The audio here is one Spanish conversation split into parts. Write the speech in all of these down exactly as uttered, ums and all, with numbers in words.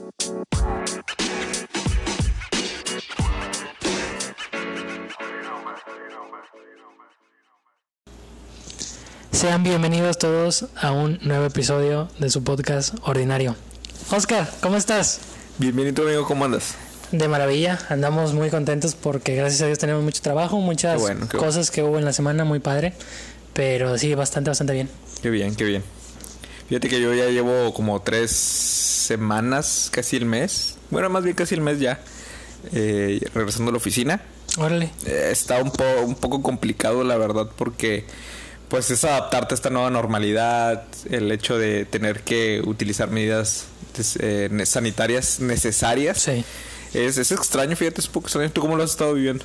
Sean bienvenidos todos a un nuevo episodio de su podcast ordinario. Oscar, ¿cómo estás? Bienvenido, amigo, ¿cómo andas? De maravilla, andamos muy contentos porque gracias a Dios tenemos mucho trabajo, muchas Qué bueno, qué cosas que hubo en la semana, muy padre, pero sí, bastante, bastante bien. Qué bien, qué bien. Fíjate que yo ya llevo como tres semanas, casi el mes, bueno, más bien casi el mes ya, eh, regresando a la oficina. Órale. Eh, está un, po- un poco complicado, la verdad, porque pues es adaptarte a esta nueva normalidad, el hecho de tener que utilizar medidas eh, sanitarias necesarias. Sí. Es, es extraño, fíjate, es un poco extraño. ¿Tú cómo lo has estado viviendo?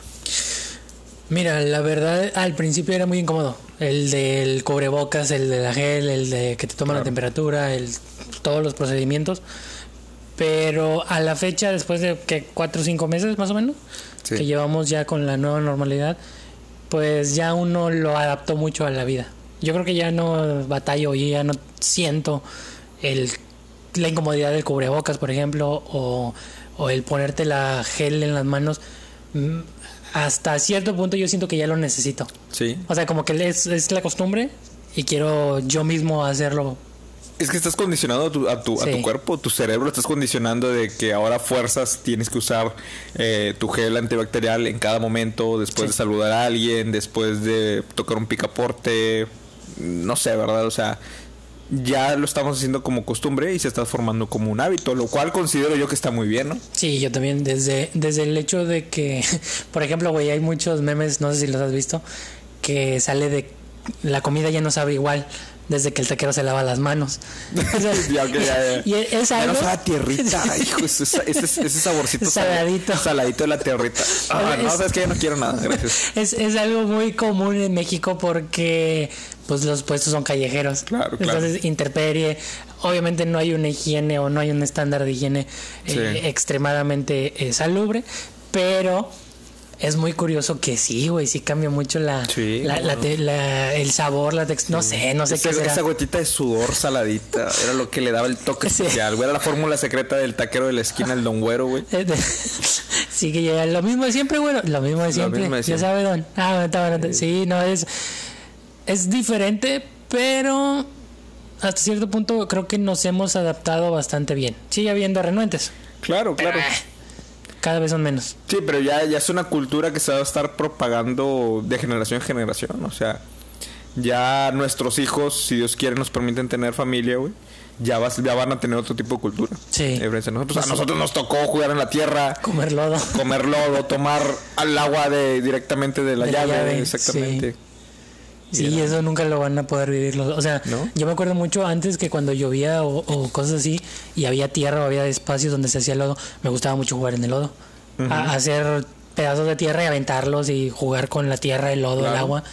Mira, la verdad, al principio era muy incómodo. El del cubrebocas, el de la gel, el de que te toman Claro. la temperatura, el, todos los procedimientos. Pero a la fecha, después de que cuatro o cinco meses más o menos, Sí. que llevamos ya con la nueva normalidad, pues ya uno lo adaptó mucho a la vida. Yo creo que ya no batallo y ya no siento el, la incomodidad del cubrebocas, por ejemplo, o, o el ponerte la gel en las manos. Mm, Hasta cierto punto yo siento que ya lo necesito. Sí. O sea, como que es, es la costumbre y quiero yo mismo hacerlo. Es que estás condicionando a tu, a tu, Sí. a tu cuerpo, tu cerebro, estás condicionando de que ahora fuerzas tienes que usar eh, tu gel antibacterial en cada momento, después Sí. de saludar a alguien, después de tocar un picaporte, no sé, ¿verdad? O sea, ya lo estamos haciendo como costumbre y se está formando como un hábito, lo cual considero yo que está muy bien, ¿no? Sí, yo también, desde, desde el hecho de que, por ejemplo, güey, hay muchos memes, no sé si los has visto, que sale de la comida ya no sabe igual desde que el taquero se lava las manos. O sea, Ya, ok, ya, ya. y es Ya algo... no sabe a tierrita, hijo, ese, ese, ese saborcito Saladito. saladito de la tierrita. Ah, Oye, no, es- sabes que ya no quiero nada, gracias. Es, es algo muy común en México porque pues los puestos son callejeros. Claro, claro. Entonces, intemperie. Obviamente no hay una higiene o no hay un estándar de higiene eh, Sí. extremadamente eh, salubre, pero es muy curioso que sí, güey, sí cambia mucho la, Sí, la, la bueno. te- la- el sabor, la textura, no sé, no sé Esa, qué será. esa gotita de sudor saladita era lo que le daba el toque Sí. especial, güey. Era la fórmula secreta del taquero de la esquina, el Don Güero, güey. Sí, que llega lo mismo de siempre, bueno, lo mismo de siempre. mismo de Ya siempre. sabe, don. Ah, bueno, está bueno. Sí, no, es, es diferente, pero hasta cierto punto creo que nos hemos adaptado bastante bien. Sigue habiendo renuentes, Claro, claro. cada vez son menos. Sí, pero ya, ya es una cultura que se va a estar propagando de generación en generación. O sea, ya nuestros hijos, si Dios quiere, nos permiten tener familia, güey. Ya, vas, ya van a tener otro tipo de cultura. Sí. A diferencia de nosotros, a nosotros nos tocó jugar en la tierra, Comer lodo. comer lodo, tomar al agua de directamente de la De la llave, llave, exactamente. Sí, Ya. eso nunca lo van a poder vivir. los- O sea, ¿No? yo me acuerdo mucho antes que cuando llovía o, o cosas así y había tierra o había espacios donde se hacía lodo, me gustaba mucho jugar en el lodo. A- hacer pedazos de tierra y aventarlos y jugar con la tierra, el lodo, el Claro. agua.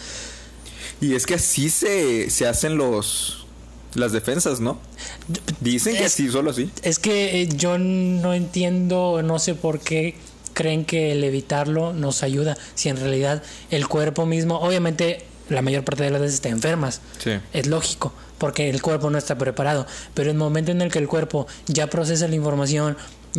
Y es que así se, se hacen los las defensas, ¿no? Dicen que Es- sí, solo así. Es que eh, yo no entiendo, no sé por qué creen que el evitarlo nos ayuda, si en realidad el cuerpo mismo, obviamente la mayor parte de las veces te enfermas, Sí. es lógico, porque el cuerpo no está preparado, pero en el momento en el que el cuerpo ya procesa la información,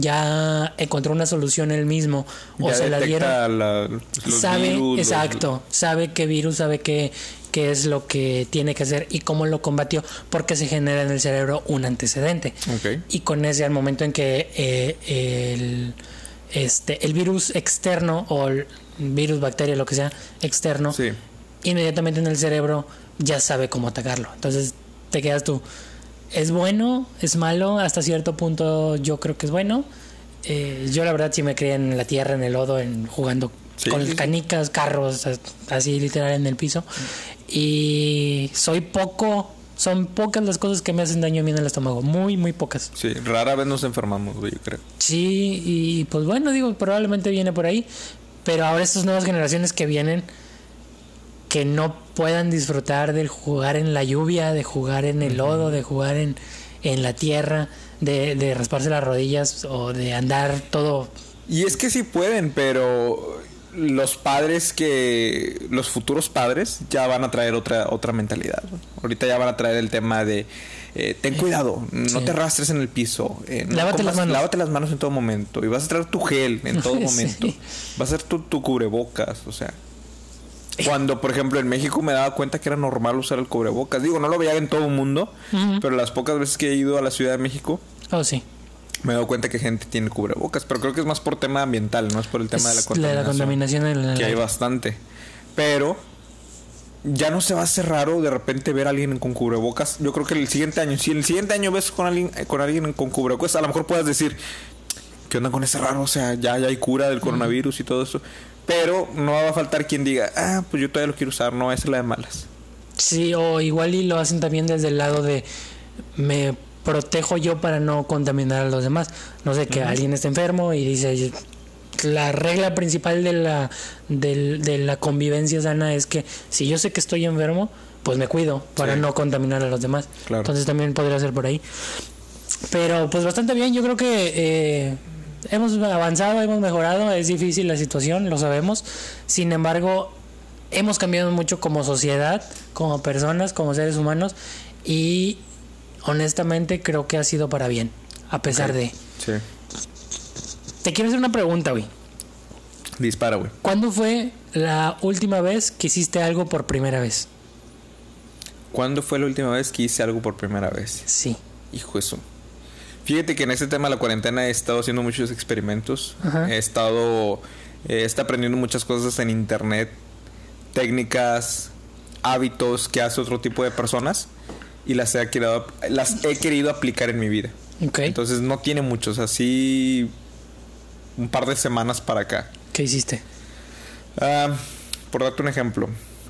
ya encontró una solución él mismo, o Ya se la dieron, detecta la- los sabe, virus, los- exacto, sabe qué virus, sabe qué, qué es lo que tiene que hacer y cómo lo combatió, porque se genera en el cerebro un antecedente. Ok. Y con ese, al momento en que eh, el, este, el virus externo o el virus, bacteria, lo que sea, externo, Sí. inmediatamente en el cerebro ya sabe cómo atacarlo. Entonces te quedas tú. ¿Es bueno? ¿Es malo? Hasta cierto punto yo creo que es bueno. Eh, yo la verdad sí me crié en la tierra, en el lodo, en jugando Sí, con sí, sí. canicas, carros, así literal en el piso. Y soy poco, son pocas las cosas que me hacen daño a mí en el estómago. Muy, muy pocas. Sí, rara vez nos enfermamos, güey, yo creo. Sí, y pues bueno, digo, probablemente viene por ahí. Pero ahora estas nuevas generaciones que vienen, que no puedan disfrutar del jugar en la lluvia, de jugar en el lodo, de jugar en, en la tierra, de, de rasparse las rodillas o de andar todo. Y es que sí pueden, pero los padres que... Los futuros padres ya van a traer otra otra mentalidad, ¿no? Ahorita ya van a traer el tema de... Eh, ten cuidado, no sí. te arrastres en el piso. Eh, no lávate comas, las manos. Lávate las manos en todo momento. Y vas a traer tu gel en todo momento. Sí. Vas a hacer tu, tu cubrebocas, o sea... Cuando, por ejemplo, en México me daba cuenta que era normal usar el cubrebocas. Digo, no lo veía en todo el mundo, uh-huh. pero las pocas veces que he ido a la Ciudad de México... Oh, sí. Me he dado cuenta que gente tiene cubrebocas, pero creo que es más por tema ambiental, no es por el tema es de la contaminación. La contaminación en el... Que hay bastante. Pero ya no se va a hacer raro de repente ver a alguien con cubrebocas. Yo creo que el siguiente año, si el siguiente año ves con alguien con alguien con cubrebocas, a lo mejor puedas decir, ¿qué onda con ese raro? O sea, ya, ya hay cura del coronavirus uh-huh. y todo eso. Pero no va a faltar quien diga, ah, pues yo todavía lo quiero usar, no, esa es la de malas. Sí, o igual y lo hacen también desde el lado de me protejo yo para no contaminar a los demás. No sé, que uh-huh. alguien está enfermo y dice, la regla principal de la de, de la convivencia sana es que si yo sé que estoy enfermo, pues me cuido para sí. no contaminar a los demás. Claro. Entonces también podría ser por ahí. Pero pues bastante bien, yo creo que eh, hemos avanzado, hemos mejorado, es difícil la situación, lo sabemos. Sin embargo, hemos cambiado mucho como sociedad, como personas, como seres humanos, y honestamente creo que ha sido para bien, a pesar okay. de... Sí. Te quiero hacer una pregunta, güey. Dispara, güey. ¿Cuándo fue la última vez que hiciste algo por primera vez? ¿Cuándo fue la última vez que hice algo por primera vez? Sí. Hijo de eso. Fíjate que en este tema de la cuarentena he estado haciendo muchos experimentos. Ajá. He estado... Eh, he estado aprendiendo muchas cosas en internet. Técnicas, hábitos que hace otro tipo de personas. Y las he querido, las he querido aplicar en mi vida. Okay. Entonces no tiene muchos. Así... Un par de semanas para acá. ¿Qué hiciste? Uh, por darte un ejemplo.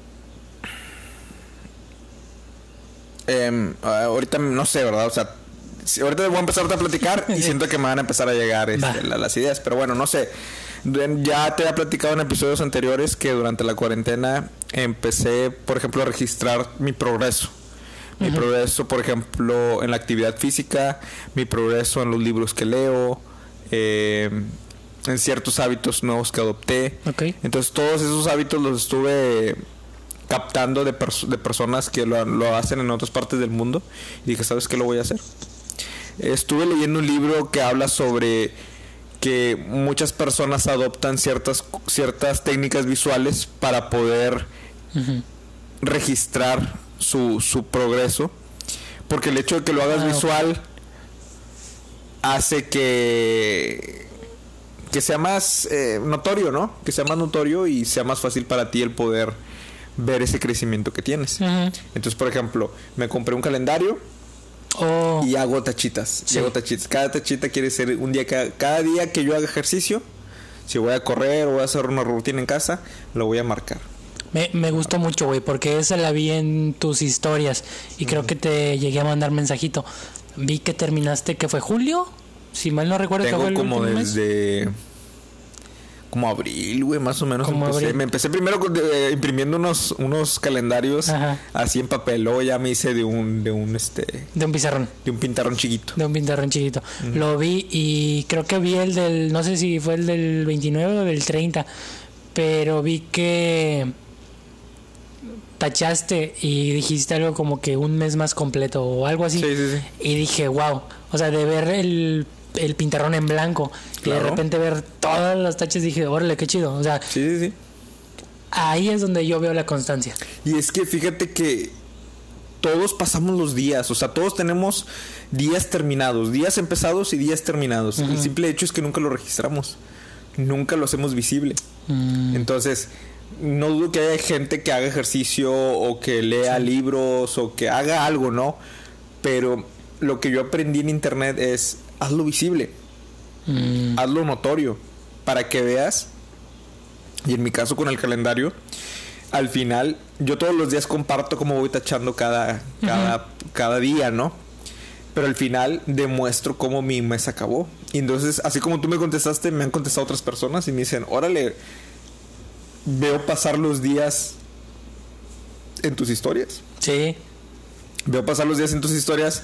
Eh, uh, ahorita no sé, ¿verdad? O sea... Ahorita voy a empezar a platicar y siento que me van a empezar a llegar este, la, las ideas. Pero bueno, no sé. Ya te había platicado en episodios anteriores que durante la cuarentena empecé, por ejemplo, a registrar mi progreso. Mi uh-huh. progreso, por ejemplo, en la actividad física. Mi progreso en los libros que leo. Eh, en ciertos hábitos nuevos que adopté. Okay. Entonces todos esos hábitos los estuve captando de, pers- de personas que lo, lo hacen en otras partes del mundo. Y dije, ¿sabes qué lo voy a hacer? Estuve leyendo un libro que habla sobre que muchas personas adoptan ciertas ciertas técnicas visuales para poder uh-huh. registrar su, su progreso, porque el hecho de que lo hagas ah, visual okay. hace que que sea más eh, notorio, ¿no? Que sea más notorio y sea más fácil para ti el poder ver ese crecimiento que tienes. Uh-huh. Entonces, por ejemplo, me compré un calendario. Oh. Y hago tachitas, sí. y hago tachitas. Cada tachita quiere ser un día, cada, cada día que yo haga ejercicio. Si voy a correr o voy a hacer una rutina en casa, lo voy a marcar. Me, me gustó mucho, güey, porque esa la vi en tus historias. Y uh-huh. creo que te llegué a mandar mensajito. Vi que terminaste, que fue julio, si mal no recuerdo. Tengo que fue el como desde... mes. Como abril, güey, más o menos empecé. Abril. Me empecé primero eh, imprimiendo unos unos calendarios. Ajá. Así en papel. Luego ya me hice de un de un este de un pizarrón. De un pintarrón chiquito. De un pintarrón chiquito. Uh-huh. Lo vi y creo que vi el del, no sé si fue el del veintinueve o del treinta, pero vi que tachaste y dijiste algo como que un mes más completo o algo así. Sí, sí, sí. Y dije, wow, o sea, de ver el el pintarrón en blanco, claro. Y de repente ver todas las tachas, dije, órale, qué chido. O sea, sí, sí, sí. Ahí es donde yo veo la constancia. Y es que fíjate que todos pasamos los días, o sea, todos tenemos días terminados, días empezados y días terminados. Uh-huh. El simple hecho es que nunca lo registramos, nunca lo hacemos visible. Uh-huh. Entonces, no dudo que haya gente que haga ejercicio o que lea sí. libros o que haga algo, ¿no? Pero lo que yo aprendí en internet es hazlo visible, mm. hazlo notorio, para que veas. Y en mi caso con el calendario, al final yo todos los días comparto cómo voy tachando cada, cada, uh-huh. cada día, ¿no? Pero al final demuestro cómo mi mes acabó. Y entonces, así como tú me contestaste, me han contestado otras personas y me dicen, órale, veo pasar los días en tus historias. Sí. Veo pasar los días en tus historias.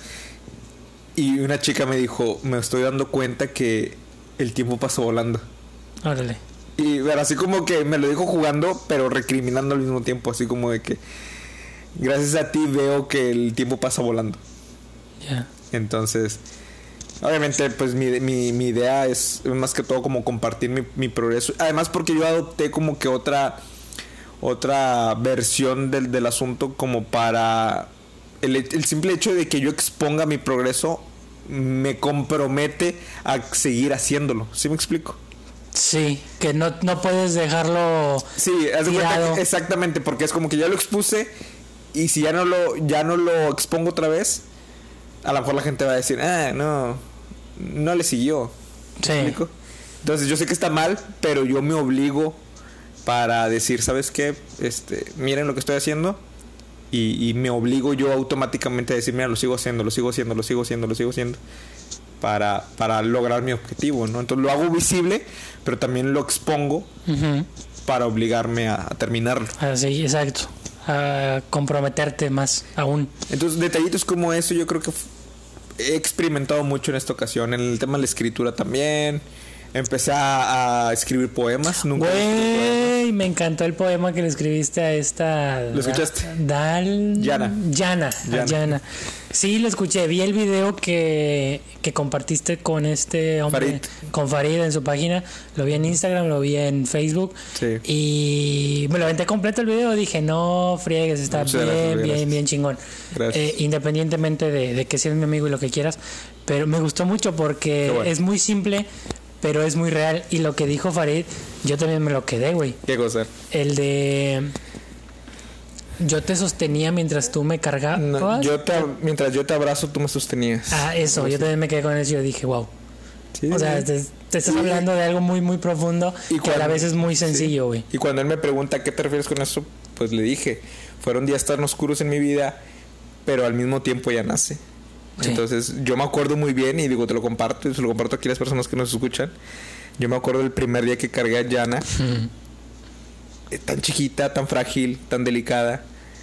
Y una chica me dijo, me estoy dando cuenta que el tiempo pasó volando. Órale. Y pero así como que me lo dijo jugando, pero recriminando al mismo tiempo, así como de que gracias a ti veo que el tiempo pasa volando. Ya. Yeah. Entonces, obviamente, pues mi, mi, mi idea es más que todo como compartir mi, mi progreso. Además, porque yo adopté como que otra otra versión del, del asunto, como para el, el simple hecho de que yo exponga mi progreso me compromete a seguir haciéndolo. ¿Sí me explico? Sí, que no, no puedes dejarlo sí, haz de cuenta que, exactamente, porque es como que ya lo expuse y si ya no lo ya no lo expongo otra vez, a lo mejor la gente va a decir, ah, no, no le siguió. Sí. ¿Me explico? Entonces yo sé que está mal, pero yo me obligo para decir, ¿sabes qué? Este, miren lo que estoy haciendo. Y, y me obligo yo automáticamente a decir, mira, lo sigo haciendo, lo sigo haciendo, lo sigo haciendo, lo sigo haciendo. Para, para lograr mi objetivo, ¿no? Entonces lo hago visible, pero también lo expongo uh-huh. para obligarme a, a terminarlo. Ah, sí, exacto. A comprometerte más aún. Entonces, detallitos como eso yo creo que f- he experimentado mucho en esta ocasión. En el tema de la escritura también. Empecé a, a escribir poemas. Nunca Güey, me encantó el poema que le escribiste a esta... ¿Lo escuchaste? Dal... Yana. Yana. Yana. Yana. Sí, lo escuché. Vi el video que, que compartiste con este hombre. Farid. Con Farid en su página. Lo vi en Instagram, lo vi en Facebook. Sí. Y me lo aventé completo el video. Dije, no friegues, está Muchas bien, gracias, bien, gracias. bien chingón. Gracias. Eh, independientemente de, de que seas mi amigo y lo que quieras. Pero me gustó mucho porque bueno. es muy simple... Pero es muy real. Y lo que dijo Farid, yo también me lo quedé, güey. ¿Qué cosa? El de... Yo te sostenía mientras tú me cargabas. No, yo te, mientras yo te abrazo, tú me sostenías. Ah, eso. Yo también me quedé con eso y yo dije, wow. Sí, o sea, te, te estás sí. hablando de algo muy, muy profundo y que cuando, a la vez es muy sencillo, güey. Sí. Y cuando él me pregunta a qué te refieres con eso, pues le dije, fueron días tan oscuros en mi vida, pero al mismo tiempo ya nace. Sí. Entonces yo me acuerdo muy bien y digo, te lo comparto, y se lo comparto aquí a las personas que nos escuchan. Yo me acuerdo del primer día que cargué a Yana, uh-huh. eh, tan chiquita, tan frágil, tan delicada,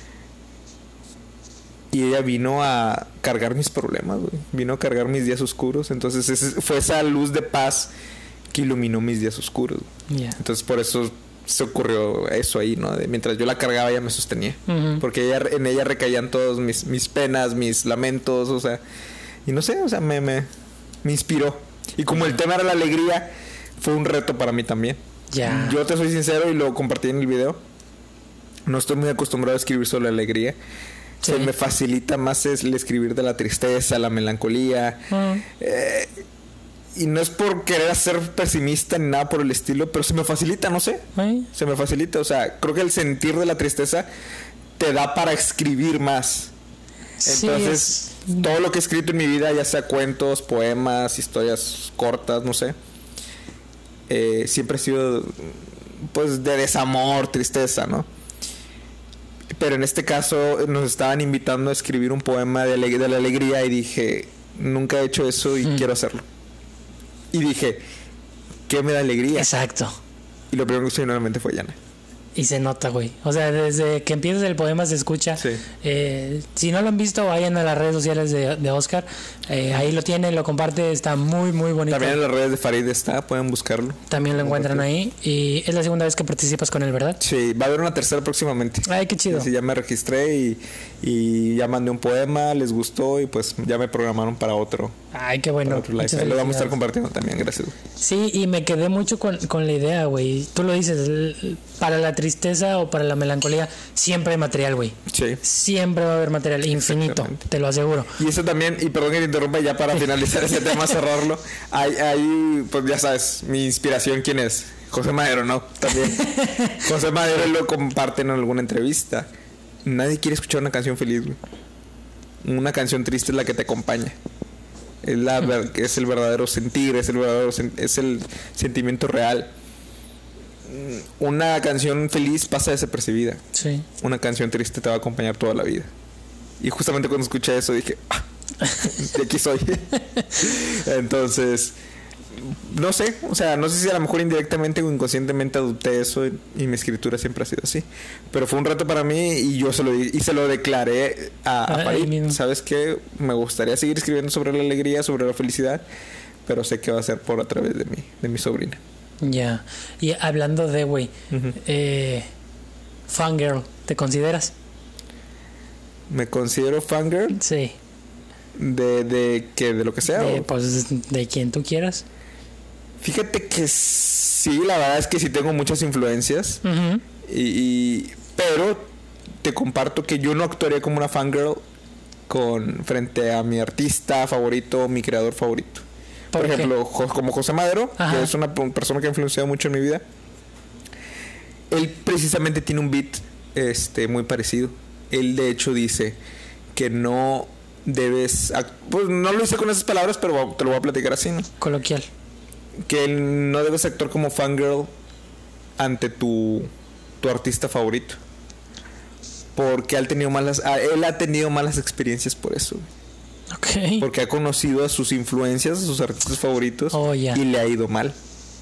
y ella vino a cargar mis problemas, güey. Vino a cargar mis días oscuros. Entonces ese, fue esa luz de paz que iluminó mis días oscuros. Yeah. Entonces por eso se ocurrió eso ahí, ¿no? De, mientras yo la cargaba, ella me sostenía. Uh-huh. Porque ella, en ella recaían todos mis, mis penas, mis lamentos, o sea... Y no sé, o sea, me, me, me inspiró. Y como uh-huh. el tema era la alegría, fue un reto para mí también. Yeah. Yo te soy sincero y lo compartí en el video. No estoy muy acostumbrado a escribir sobre la alegría. Sí. Se me facilita más es el escribir de la tristeza, la melancolía. Uh-huh. Eh... Y no es por querer ser pesimista ni nada por el estilo, pero se me facilita, no sé. ¿Eh? Se me facilita, o sea, creo que el sentir de la tristeza te da para escribir más. Sí, entonces, es... todo lo que he escrito en mi vida, ya sea cuentos, poemas, historias cortas, no sé, eh, siempre ha sido, pues, de desamor, tristeza, ¿no? Pero en este caso nos estaban invitando a escribir un poema de, ale- de la alegría y dije, nunca he hecho eso y hmm. quiero hacerlo. Y dije, ¿qué me da alegría? Exacto. Y lo primero que se nuevamente fue Yana. Y se nota, güey. O sea, desde que empiezas el poema se escucha. Sí. Eh, si no lo han visto, vayan a las redes sociales de, de Oscar. Eh, ahí lo tienen, lo comparte. Está muy, muy bonito. También en las redes de Farid está, pueden buscarlo. También lo encuentran ahí. Y es la segunda vez que participas con él, ¿verdad? Sí, va a haber una tercera próximamente. Ay, qué chido. Sí, ya me registré y, y ya mandé un poema, les gustó y pues ya me programaron para otro. Ay, qué bueno. Lo vamos a estar compartiendo también, gracias. Sí, y me quedé mucho con, con la idea, güey. Tú lo dices, para la tristeza o para la melancolía, siempre hay material, güey. Sí. Siempre va a haber material infinito, te lo aseguro. Y eso también, y perdón que te interrumpa ya para finalizar ese tema, cerrarlo. Hay, hay, pues ya sabes, mi inspiración, ¿quién es? José Madero, ¿no? También. José Madero lo comparten en alguna entrevista. Nadie quiere escuchar una canción feliz, güey. Una canción triste es la que te acompaña. Es, la, es el verdadero sentir, es el verdadero es el sentimiento real. Una canción feliz pasa desapercibida. Sí. Una canción triste te va a acompañar toda la vida. Y justamente cuando escuché eso dije, ah, de aquí soy. Entonces, no sé, o sea, no sé si a lo mejor indirectamente o inconscientemente adopté eso y, y mi escritura siempre ha sido así. Pero fue un reto para mí y yo se lo y se lo declaré a, a Farid. ¿Sabes qué? Me gustaría seguir escribiendo sobre la alegría, sobre la felicidad, pero sé que va a ser por a través de mí, de mi sobrina. Ya. Y hablando de, güey, Uh-huh. eh, fangirl, ¿te consideras? Me considero fangirl Sí. de, de que de lo que sea. De, o- pues de quien tú quieras. Fíjate que sí, la verdad es que sí tengo muchas influencias. Ujú. Y, y- pero te comparto que yo no actuaría como una fangirl con frente a mi artista favorito, mi creador favorito. Por, ¿Por qué? ejemplo, Jo- como José Madero, Ajá. que es una p- persona que ha influenciado mucho en mi vida. Él precisamente tiene un beat este muy parecido. Él de hecho dice que no debes, ac- pues no lo dice con esas palabras, pero te lo voy a platicar así, ¿no? Coloquial. Que él no debes actuar como fangirl ante tu, tu artista favorito. Porque él, tenido malas, ah, él ha tenido malas experiencias por eso. Ok. Porque ha conocido a sus influencias, a sus artistas favoritos, Oh, ya. y le ha ido mal.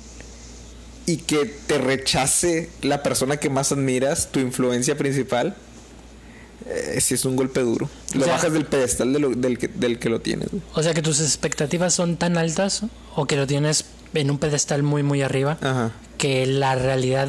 Y que te rechace la persona que más admiras, tu influencia principal, eh, sí es un golpe duro. Lo O sea- bajas del pedestal de lo- del, que, del que lo tienes. güey. O sea que tus expectativas son tan altas o que lo tienes en un pedestal muy muy arriba Ajá. que la realidad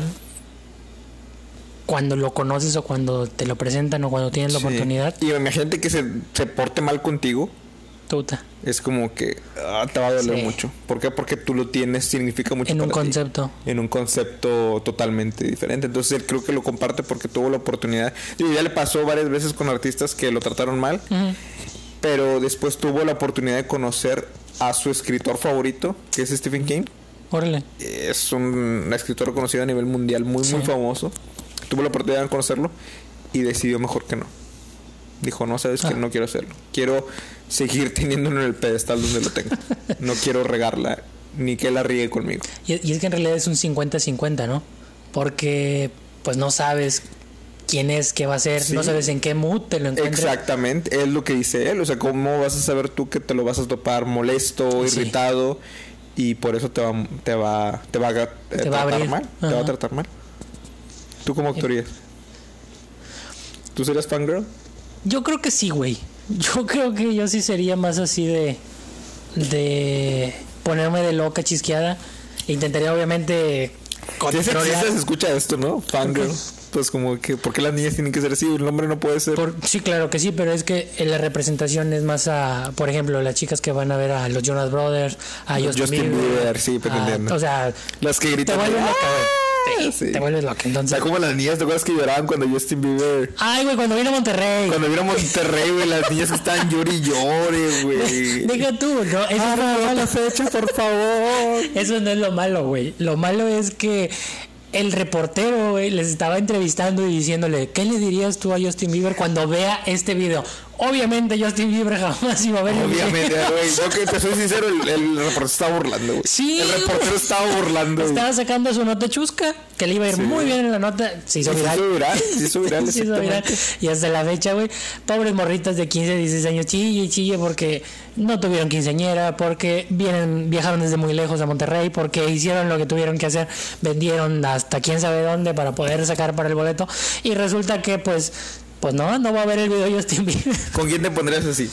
cuando lo conoces o cuando te lo presentan o cuando tienes la Sí. oportunidad, Y imagínate que se, se porte mal contigo. tuta, Es como que ah, te va a doler Sí. mucho. ¿Por qué? Porque tú lo tienes, significa mucho en un para ti. concepto. En un concepto totalmente diferente. Entonces él creo que lo comparte porque tuvo la oportunidad. Y ya le pasó varias veces con artistas que lo trataron mal, Ujú. pero después tuvo la oportunidad de conocer a su escritor favorito, que es Stephen King. Órale. Es un escritor reconocido a nivel mundial, muy, muy Sí. famoso. Tuvo la oportunidad de conocerlo y decidió mejor que no. Dijo, no, sabes que Ah. no quiero hacerlo. Quiero seguir teniéndolo en el pedestal donde lo tengo. No quiero regarla, ni que la riegue conmigo. Y, y es que en realidad es un cincuenta cincuenta, ¿no? Porque pues no sabes quién es, qué va a ser, Sí. no sabes en qué mood te lo encuentres. Exactamente, es lo que dice él. O sea, ¿cómo vas a saber tú que te lo vas a topar molesto, Sí. irritado? Y por eso te va, te va, te va a, eh, Te va a tratar abrir. mal. Te va a Ajá. tratar mal. ¿Tú cómo actuarías? ¿Tú serías fangirl? Yo creo que sí, güey. Yo creo que yo sí sería más así de de ponerme de loca, chisqueada. Intentaría obviamente Si es controlar- sexista se escucha esto, ¿no? Fangirl. Pues como que, ¿por qué las niñas tienen que ser así? El hombre no puede ser. Por- sí, claro que sí, pero es que en la representación es más a, por ejemplo, las chicas que van a ver a los Jonas Brothers, a Los Justin, Justin Bieber, Bieber, sí, pues, a- entiendo. o sea, Las que te gritan. vuelves ¡Ah! loca, güey. Sí, Sí. te vuelves loca. O Entonces, sea, como las niñas, ¿te acuerdas que lloraban cuando Justin Bieber? ay, güey, cuando vino a Monterrey. Cuando vino a Monterrey, güey, las niñas que estaban llore y llore, güey. Deja tú, no, eso, Ah, no es lo no, malo. la fecha, por favor. Eso no es lo malo, güey. Lo malo es que el reportero, güey, les estaba entrevistando y diciéndole, ¿qué le dirías tú a Justin Bieber cuando vea este video? Obviamente Justin Bieber jamás iba a ver el video. Obviamente, güey. Yo que te soy sincero, el, el reportero estaba burlando, güey. Sí, El reportero güey. estaba burlando, güey. Estaba sacando su nota chusca, que le iba a ir Sí. muy bien en la nota. Se hizo Se viral. hizo viral, se hizo viral, Se hizo viral. exactamente. Y hasta la fecha, güey, pobres morritas de quince, dieciséis años, chille y chille porque no tuvieron quinceañera, porque vienen, viajaron desde muy lejos a Monterrey, porque hicieron lo que tuvieron que hacer, vendieron hasta quién sabe dónde para poder sacar para el boleto. Y resulta que, pues, pues no, no va a ver el video de Justin Bieber. ¿Con quién te pondrías así?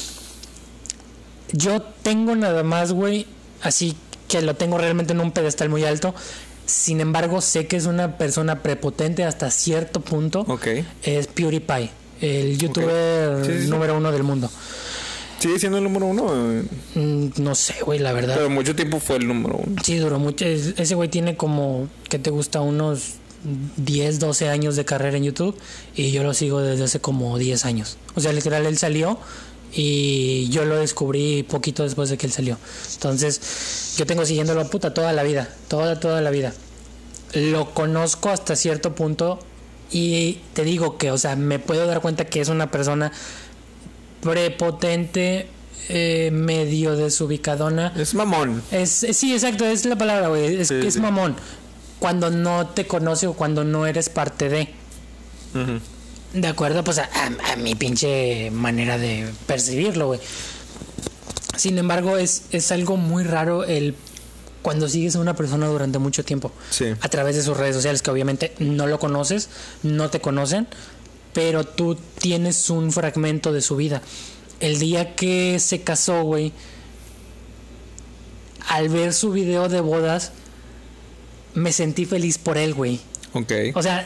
Yo tengo nada más, güey, así que lo tengo realmente en un pedestal muy alto. Sin embargo, sé que es una persona prepotente hasta cierto punto. Ok. Es PewDiePie, el youtuber Sí, sí, sí. número uno del mundo. ¿Sigue siendo el número uno? eh, Mm, No sé, güey, la verdad. Pero mucho tiempo fue el número uno. Sí, duró mucho. Es- Ese güey tiene como, ¿qué te gusta? Unos diez, doce años de carrera en YouTube. Y yo lo sigo desde hace como diez años. O sea, literal, él salió y yo lo descubrí poquito después de que él salió. Entonces, yo tengo siguiéndolo puta toda la vida. Toda, toda la vida. Lo conozco hasta cierto punto. Y te digo que, o sea, me puedo dar cuenta que es una persona prepotente, eh, medio desubicadona. Es mamón. Es, es- sí, exacto, es la palabra, güey. Es, Sí, es sí. mamón. Cuando no te conoce o cuando no eres parte de. Ujú. De acuerdo, pues a, a- a mi pinche manera de percibirlo, güey. Sin embargo, es, es algo muy raro el cuando sigues a una persona durante mucho tiempo. Sí. A través de sus redes sociales, que obviamente no lo conoces, no te conocen, pero tú tienes un fragmento de su vida. El día que se casó, güey, al ver su video de bodas, me sentí feliz por él, güey. Ok. O sea,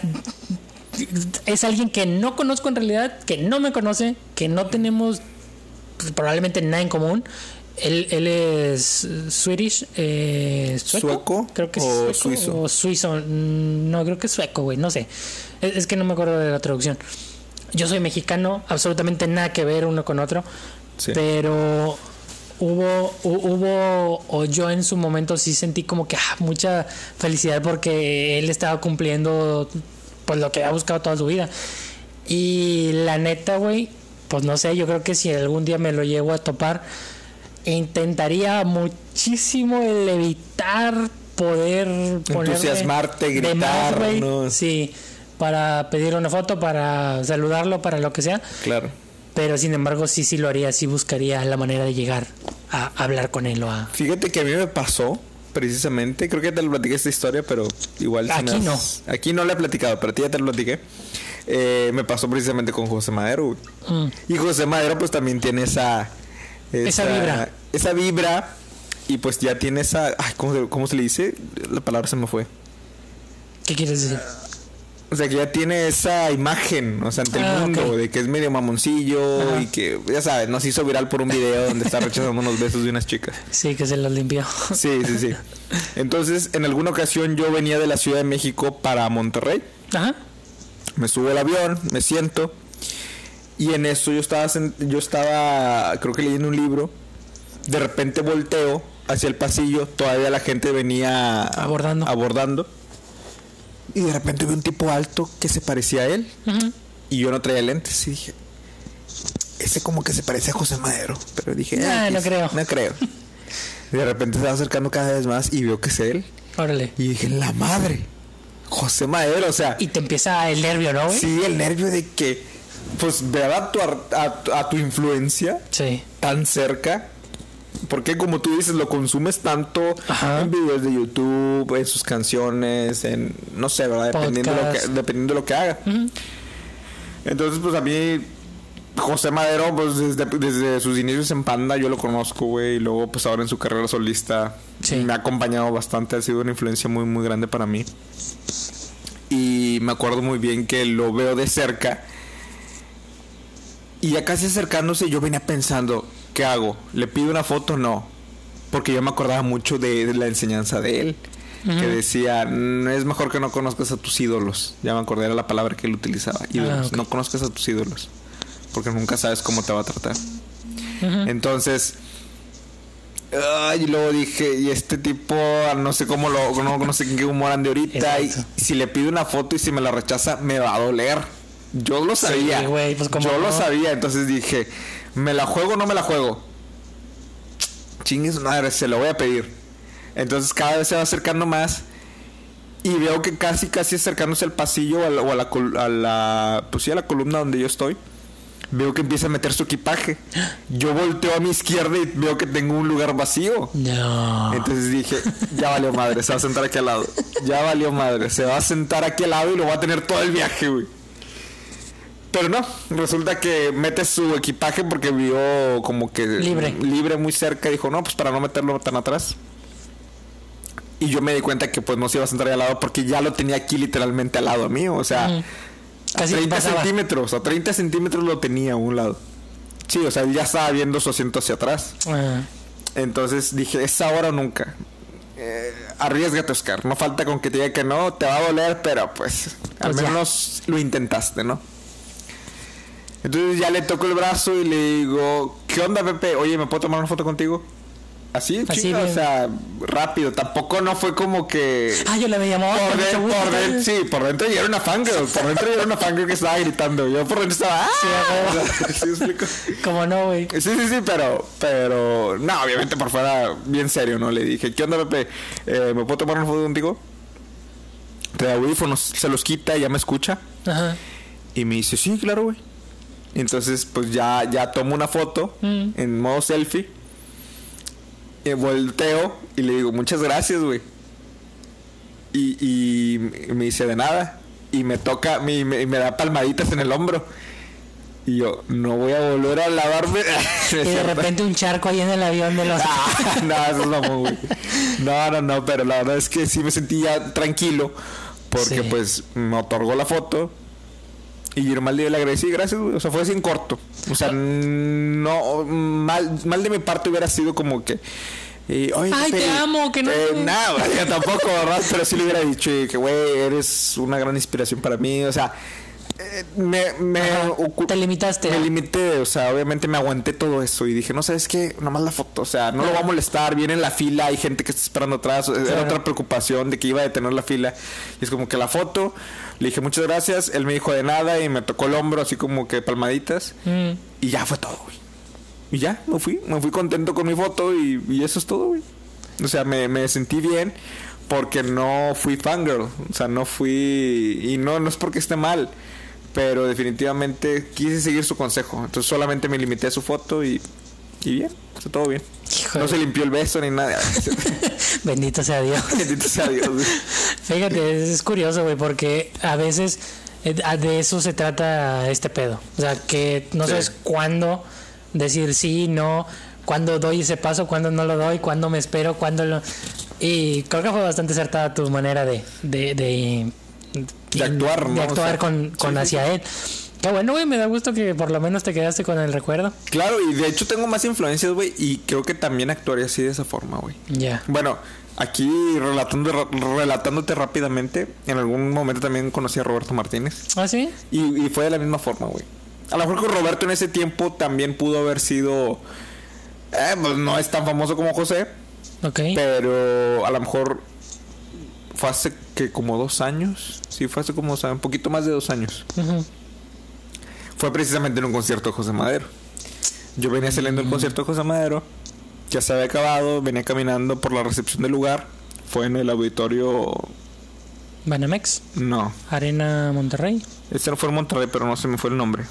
es alguien que no conozco en realidad, que no me conoce, que no tenemos pues, probablemente nada en común. Él, él es Swedish, eh, ¿sueco? ¿Sueco? Creo que es o sueco suizo. o suizo. No, creo que es sueco, güey, no sé. Es, es que no me acuerdo de la traducción. Yo soy mexicano, absolutamente nada que ver uno con otro. Sí. Pero hubo, hubo, o yo en su momento sí sentí como que ah, mucha felicidad porque él estaba cumpliendo pues lo que había buscado toda su vida. Y la neta, güey, pues no sé, yo creo que si algún día me lo llego a topar, intentaría muchísimo el evitar poder entusiasmarte, gritar, más, ¿no? Sí, para pedir una foto, para saludarlo, para lo que sea. Claro. Pero sin embargo sí, sí lo haría, sí buscaría la manera de llegar a hablar con él o a... Fíjate que a mí me pasó precisamente, creo que te lo platiqué esta historia, pero igual... Aquí si no. Has... Aquí no le he platicado, pero a ti ya te lo platiqué. Eh, me pasó precisamente con José Madero. Mm. Y José Madero pues también tiene esa... Esa, esa vibra. Esa vibra. Y pues ya tiene esa... Ay, ¿cómo, se, ¿Cómo se le dice? La palabra se me fue. ¿Qué quieres decir? O sea, que ya tiene esa imagen, o sea, ante ah, el mundo, okay. de que es medio mamoncillo. Ajá. Y que, ya sabes, nos hizo viral por un video donde está rechazando unos besos de unas chicas. Sí, que se los limpió. Sí, sí, sí. Entonces, en alguna ocasión yo venía de la Ciudad de México para Monterrey. Ajá. Me subo al avión, me siento. Y en eso yo estaba, yo estaba, creo que leyendo un libro. De repente volteo hacia el pasillo, todavía la gente venía abordando. abordando. Y de repente vi un tipo alto que se parecía a él. Uh-huh. Y yo no traía lentes. Y dije, ese como que se parece a José Madero. Pero dije, nah, no creo. No creo. Y de repente se va acercando cada vez más y veo que es él. Órale. Y dije, la madre, José Madero, o sea. Y te empieza el nervio, ¿no, güey? Sí, el nervio de que, pues, ver a tu, a, a tu influencia sí. tan cerca. Porque como tú dices, lo consumes tanto Ajá. en videos de YouTube, en sus canciones, en no sé, ¿verdad? Dependiendo de, lo que, dependiendo de lo que haga. Uh-huh. Entonces, pues a mí, José Madero, pues desde, desde sus inicios en Panda, yo lo conozco, güey. Y luego, pues ahora en su carrera solista, sí. me ha acompañado bastante. Ha sido una influencia muy, muy grande para mí. Y me acuerdo muy bien que lo veo de cerca. Y ya casi acercándose, yo venía pensando, ¿qué hago? ¿Le pido una foto? No. Porque yo me acordaba mucho de, de la enseñanza de él. Uh-huh. Que decía, no es mejor que no conozcas a tus ídolos. Ya me acordé, era la palabra que él utilizaba. Ídolos. Ah, okay. No conozcas a tus ídolos. Porque nunca sabes cómo te va a tratar. Uh-huh. Entonces... Ay, y luego dije, y este tipo, no sé cómo lo... No, no sé en qué humor ande ahorita. Y, y si le pido una foto y si me la rechaza, me va a doler. Yo lo sabía. Sí, güey, pues yo no? lo sabía. Entonces dije... ¿Me la juego o no me la juego? Chingues madre, se lo voy a pedir. Entonces cada vez se va acercando más. Y veo que casi, casi acercándose al pasillo o a la, o a la, a la pues sí, a la columna donde yo estoy. Veo que empieza a meter su equipaje. Yo volteo a mi izquierda y veo que tengo un lugar vacío. No. Entonces dije, ya valió madre, se va a sentar aquí al lado. Ya valió madre, se va a sentar aquí al lado y lo va a tener todo el viaje, güey. Pero no, resulta que mete su equipaje porque vio como que libre, libre muy cerca. Dijo, no, pues para no meterlo tan atrás. Y yo me di cuenta que pues no se iba a sentar ahí al lado porque ya lo tenía aquí literalmente al lado mío. O sea, mm. Casi a treinta centímetros, a treinta centímetros lo tenía a un lado. Sí, o sea, él ya estaba viendo su asiento hacia atrás. Uh. Entonces dije, es ahora o nunca. Eh, arriésgate, Oscar. No falta con que te diga que no, te va a doler, pero pues, pues al menos ya lo intentaste, ¿no? Entonces ya le toco el brazo y le digo, ¿qué onda, Pepe? Oye, ¿me puedo tomar una foto contigo? Así, Así chica, bien. O sea, rápido. Tampoco no fue como que... Ah, yo le había llamado. Por, de, por gusto, dentro, sí, por dentro ya era una fangirl. Por dentro ya era una fangirl que estaba gritando. Yo por dentro estaba... ¡Ah! Sí, o sea, ¿sí explico? ¿Cómo no, güey? Sí, sí, sí, pero... Pero... No, obviamente por fuera, bien serio, ¿no? Le dije, ¿qué onda, Pepe? Eh, ¿Me puedo tomar una foto contigo? Trae audífonos, se los quita, ya me escucha. Ajá. Y me dice, sí, claro, güey. Entonces, pues ya, ya tomo una foto mm. en modo selfie. Y volteo y le digo, muchas gracias, güey. Y, y me dice, de nada. Y me toca, me, me, me da palmaditas en el hombro. Y yo, no voy a volver a lavarme. Y de repente un charco ahí en el avión de los... Ah, no, eso es mamón, güey. No, no, no, pero la verdad es que sí me sentí ya tranquilo. Porque sí. Pues me otorgó la foto. Y yo mal día le agradecí, gracias, güey. O sea, fue así en corto. O sea, no, mal, mal de mi parte hubiera sido como que... Y, Oye, ay, te, te amo, que no... Eh, nada, yo tampoco, ¿verdad? Pero sí le hubiera dicho que, güey, eres una gran inspiración para mí. O sea, eh, me... me ocu- te limitaste. Me limité, o sea, obviamente me aguanté todo eso. Y dije, no, ¿sabes qué? Nomás la foto, o sea, no ah. lo va a molestar. Viene en la fila, hay gente que está esperando atrás. Claro. Era otra preocupación de que iba a detener la fila. Y es como que la foto... Le dije muchas gracias, él me dijo de nada y me tocó el hombro así como que palmaditas. Mm. Y ya fue todo, güey. Y ya, me fui, me fui contento con mi foto y, y eso es todo, güey. O sea, me, me sentí bien porque no fui fangirl. O sea, no fui... Y no, no es porque esté mal, pero definitivamente quise seguir su consejo. Entonces solamente me limité a su foto y, y bien, está todo bien. Híjole. No se limpió el beso ni nada. Bendito sea Dios. Bendito sea Dios, güey. Fíjate, es curioso, güey, porque a veces de eso se trata este pedo. O sea, que no sí. sabes cuándo decir sí, no, cuándo doy ese paso, cuándo no lo doy, cuándo me espero, cuándo lo... Y creo que fue bastante acertada tu manera de... De, de, de, de actuar, ¿no? De actuar o sea, con, con sí, hacia sí. él. Qué bueno, güey, me da gusto que por lo menos te quedaste con el recuerdo. Claro, y de hecho tengo más influencias, güey, y creo que también actuaría así de esa forma, güey. Ya. Yeah. Bueno, aquí relatando, relatándote rápidamente, en algún momento también conocí a Roberto Martínez. ¿Ah, sí? Y, y fue de la misma forma, güey. A lo mejor con Roberto en ese tiempo también pudo haber sido... Eh, pues no es tan famoso como José. Ok. Pero a lo mejor fue hace que como dos años. Sí, fue hace como o sea, un poquito más de dos años. Uh-huh. Fue precisamente en un concierto de José Madero. Yo venía saliendo del uh-huh. concierto de José Madero. Ya se había acabado. Venía caminando por la recepción del lugar. Fue en el auditorio... ¿Banamex? No. ¿Arena Monterrey? Este no fue en Monterrey, pero no se me fue el nombre.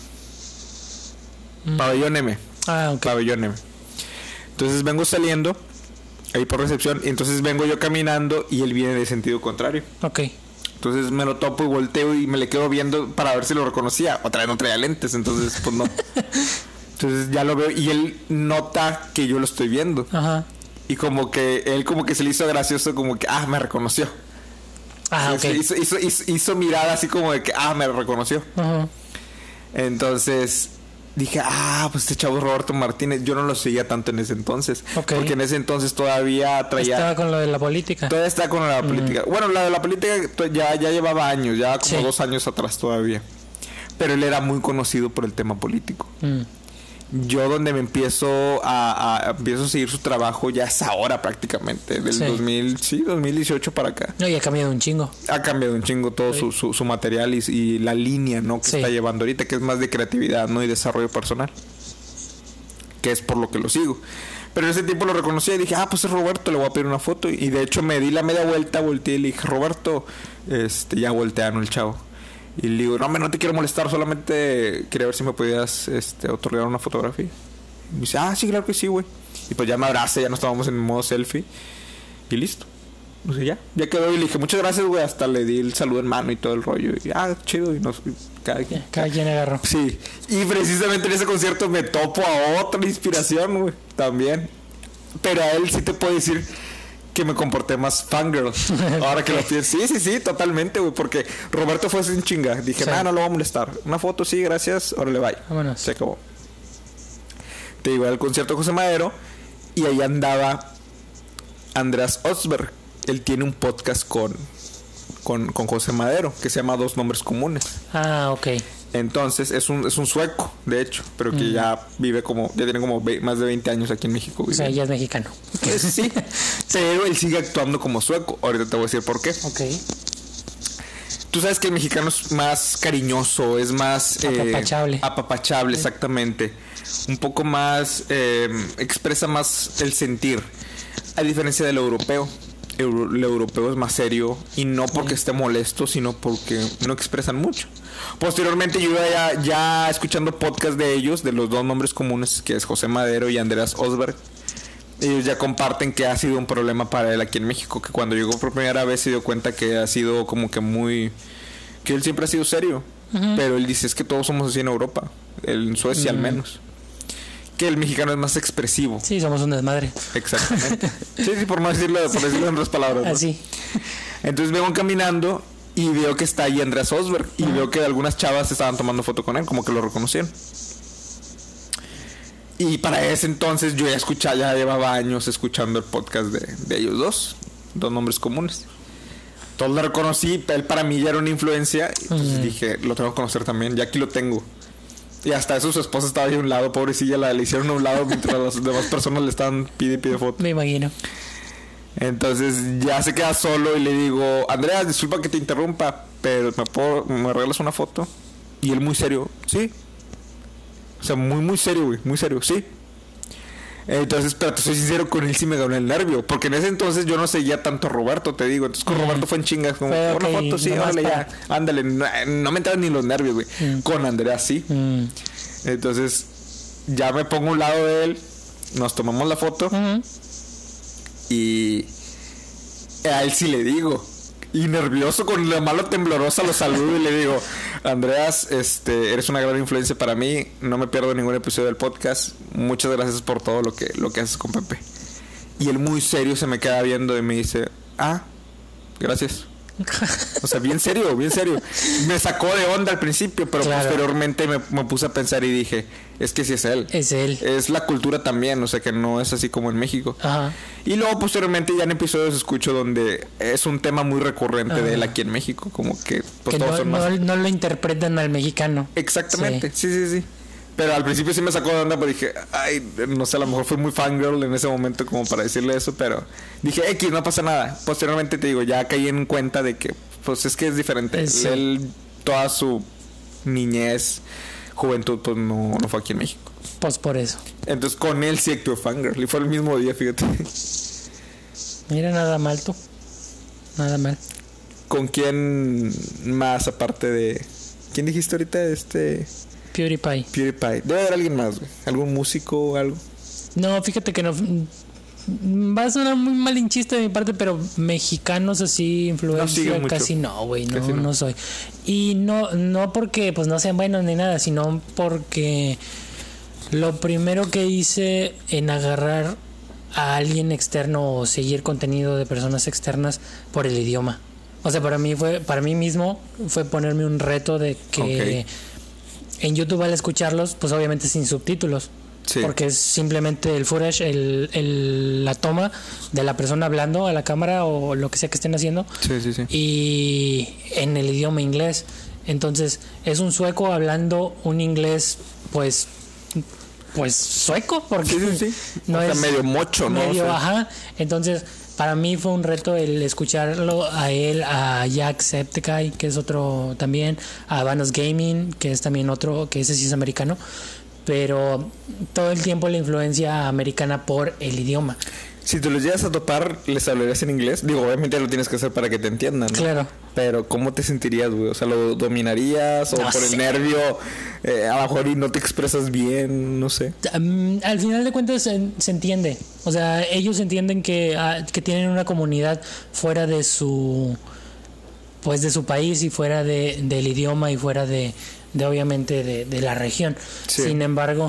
Mm. Pabellón M. Ah, ok. Pabellón M. Entonces vengo saliendo ahí por recepción. Y entonces vengo yo caminando y él viene de sentido contrario. Ok. Entonces me lo topo y volteo y me le quedo viendo para ver si lo reconocía. Otra vez no traía lentes, entonces pues no. Entonces ya lo veo y él nota que yo lo estoy viendo. Ajá. Y como que él como que se le hizo gracioso, como que, ah, me reconoció. Ah, ok. Hizo, hizo, hizo, hizo mirada así como de que, ah, me reconoció. Ajá. Entonces dije, ah, pues este chavo Roberto Martínez. Yo no lo seguía tanto en ese entonces. Okay. Porque en ese entonces todavía traía... Estaba con lo de la política. Todavía está con la mm. política. Bueno, la de la política ya, ya llevaba años, ya como sí. dos años atrás todavía. Pero él era muy conocido por el tema político. Mm. Yo donde me empiezo a, a empiezo a seguir su trabajo ya es ahora prácticamente, del sí. dos mil, sí, dos mil dieciocho para acá. No, y ha cambiado un chingo. Ha cambiado un chingo todo sí. su, su, su material y, y la línea, ¿no? Que sí. está llevando ahorita, que es más de creatividad, ¿no? Y desarrollo personal. Que es por lo que lo sigo. Pero en ese tiempo lo reconocí y dije, ah, pues es Roberto, le voy a pedir una foto. Y de hecho me di la media vuelta, volteé y le dije, Roberto, este, ya voltearon el chavo. Y le digo, no, no te quiero molestar, solamente quería ver si me podías este, otorgar una fotografía. Y me dice, ah, sí, claro que sí, güey. Y pues ya me abraza, ya no estábamos en modo selfie. Y listo. O sea, ya, ya quedó. Y le dije, muchas gracias, güey. Hasta le di el saludo en mano y todo el rollo. Y ah, chido. Y nos, y cada quien. Cada quien agarró. Sí. Y precisamente en ese concierto me topo a otra inspiración, güey. También. Pero a él sí te puedo decir que me comporté más fangirl. Ahora que lo pienso. Sí, sí, sí, totalmente, güey. Porque Roberto fue sin chinga. Dije, sí. nah, no lo voy a molestar. Una foto, sí, gracias. Órale, bye. Vámonos. Se acabó. Te iba al concierto de José Madero. Y ahí andaba Andreas Osberg. Él tiene un podcast con, con, con José Madero que se llama Dos Nombres Comunes. Ah, ok. Entonces es un, es un sueco, de hecho, pero que mm. ya vive como, ya tiene como ve, más de veinte años aquí en México. O sea, ya es mexicano. Pues, sí, pero él sigue actuando como sueco. Ahorita te voy a decir por qué. Ok. Tú sabes que el mexicano es más cariñoso, es más... Apapachable. Eh, apapachable, exactamente. Un poco más... Eh, expresa más el sentir. A diferencia del europeo. El, el europeo es más serio. Y no porque sí. esté molesto, sino porque no expresan mucho. Posteriormente yo iba ya, ya escuchando podcast de ellos, de los dos nombres comunes, que es José Madero y Andreas Osberg. Ellos ya comparten que ha sido un problema para él aquí en México, que cuando llegó por primera vez se dio cuenta que ha sido como que muy... que él siempre ha sido serio. Uh-huh. Pero él dice, es que todos somos así en Europa. en Suecia mm. al menos. Que el mexicano es más expresivo. Sí, somos un desmadre. Exactamente. Sí, sí, por no decirlo, por decirlo en otras palabras, ¿no? Así. Entonces vengo caminando y veo que está ahí Andreas Osberg. Y uh-huh. veo que algunas chavas estaban tomando foto con él, como que lo reconocieron. Y para ese entonces yo ya escuchaba, ya llevaba años escuchando el podcast de, de ellos dos. Dos nombres comunes. Todos lo reconocí, él para mí ya era una influencia. Entonces uh-huh. dije, lo tengo que conocer también, ya aquí lo tengo. Y hasta eso su esposa estaba ahí a un lado, pobrecilla, la le hicieron a un lado mientras las demás personas le estaban pide y pide foto. Me imagino. Entonces ya se queda solo y le digo, Andrea, disculpa que te interrumpa, pero ¿me, puedo, me regalas una foto? Y él muy serio, sí. O sea, muy, muy serio, güey, muy serio, sí. Entonces, pero te soy sincero, con él sí me ganó el nervio. Porque en ese entonces yo no seguía tanto a Roberto, te digo. Entonces con mm. Roberto fue en chingas. Como, una okay, foto, sí, órale ya. Ándale, no, no me entraban ni los nervios, güey. Mm. Con Andrea sí. Mm. Entonces, ya me pongo a un lado de él. Nos tomamos la foto. Mm. Y a él sí le digo. Y nervioso, con la mano temblorosa, lo saludo y le digo, Andreas, este, eres una gran influencia para mí. No me pierdo ningún episodio del podcast. Muchas gracias por todo lo que, lo que haces con Pepe. Y él muy serio se me queda viendo y me dice, ah, gracias. O sea, bien serio, bien serio. Me sacó de onda al principio, pero claro. posteriormente me, me puse a pensar y dije, es que sí es él. Es él. Es la cultura también, o sea, que no es así como en México. Ajá. Y luego posteriormente ya en episodios escucho donde es un tema muy recurrente Ajá. de él aquí en México, como que, pues, que todos no, son más... no, no lo interpretan al mexicano. Exactamente, sí, sí, sí, sí. Pero al principio sí me sacó de onda, pero dije, ay, no sé, a lo mejor fui muy fangirl en ese momento como para decirle eso, pero dije, X, no pasa nada. Posteriormente te digo, ya caí en cuenta de que, pues es que es diferente. Sí. Él, toda su niñez, juventud, pues no, no fue aquí en México. Pues por eso. Entonces con él sí actué fangirl, y fue el mismo día, fíjate. Mira, nada mal tú. Nada mal. ¿Con quién más aparte de... ¿Quién dijiste ahorita? Este... PewDiePie. PewDiePie. Debe haber alguien más, güey. ¿Algún músico o algo? No, fíjate que no... Va a sonar muy malinchista de mi parte, pero mexicanos así, influencia, no casi no, güey. No, no, no soy. Y no, no porque pues no sean buenos ni nada, sino porque lo primero que hice en agarrar a alguien externo o seguir contenido de personas externas por el idioma. O sea, para mí fue, para mí mismo fue ponerme un reto de que... Okay. En YouTube al escucharlos, pues obviamente sin subtítulos. Sí. Porque es simplemente el footage, el, el, la toma de la persona hablando a la cámara o lo que sea que estén haciendo. Sí, sí, sí. Y en el idioma inglés. Entonces, es un sueco hablando un inglés, pues... Pues sueco, porque... Sí, sí, sí. No o sea, es medio mocho, ¿no? Medio, o sea. Ajá. Entonces... Para mí fue un reto el escucharlo a él, a Jacksepticeye, que es otro también, a Vanos Gaming, que es también otro, que ese sí es americano, pero todo el tiempo la influencia americana por el idioma. Si te los llegas a topar, ¿les hablarías en inglés? Digo, obviamente lo tienes que hacer para que te entiendan, ¿no? Claro. Pero ¿cómo te sentirías, güey? O sea, ¿lo dominarías? ¿O no por sé. El nervio? Eh, a lo mejor y no te expresas bien, no sé. Um, al final de cuentas se, se entiende. O sea, ellos entienden que, uh, que tienen una comunidad fuera de su... Pues de su país y fuera de, del idioma y fuera de, de obviamente, de, de la región. Sí. Sin embargo...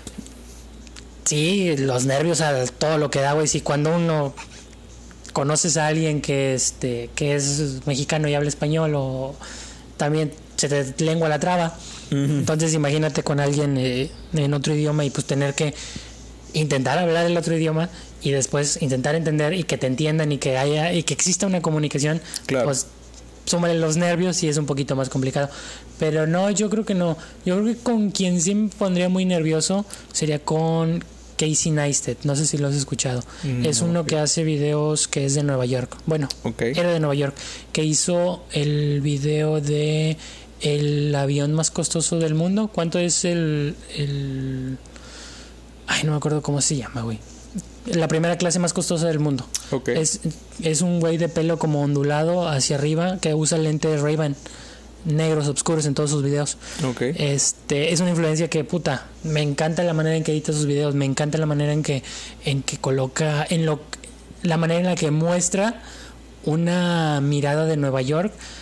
Sí, los nervios a todo lo que da, güey. Si cuando uno conoces a alguien que este que es mexicano y habla español, o también se te lengua la traba. Uh-huh. Entonces imagínate con alguien eh, en otro idioma y pues tener que intentar hablar el otro idioma y después intentar entender y que te entiendan y que haya y que exista una comunicación. Claro. Pues súmale los nervios y es un poquito más complicado. Pero no, yo creo que no. Yo creo que con quien sí me pondría muy nervioso sería con Casey Neistat. No sé si lo has escuchado. Mm, es uno okay. que hace videos que es de Nueva York. Bueno, okay. era de Nueva York. Que hizo el video de el avión más costoso del mundo. ¿Cuánto es el... el... Ay, no me acuerdo cómo se llama, güey. La primera clase más costosa del mundo. Okay. Es, es un güey de pelo como ondulado hacia arriba que usa lentes Ray-Ban negros oscuros en todos sus videos. Okay. Este es una influencia que puta, me encanta la manera en que edita sus videos, me encanta la manera en que en que coloca en lo la manera en la que muestra una mirada de Nueva York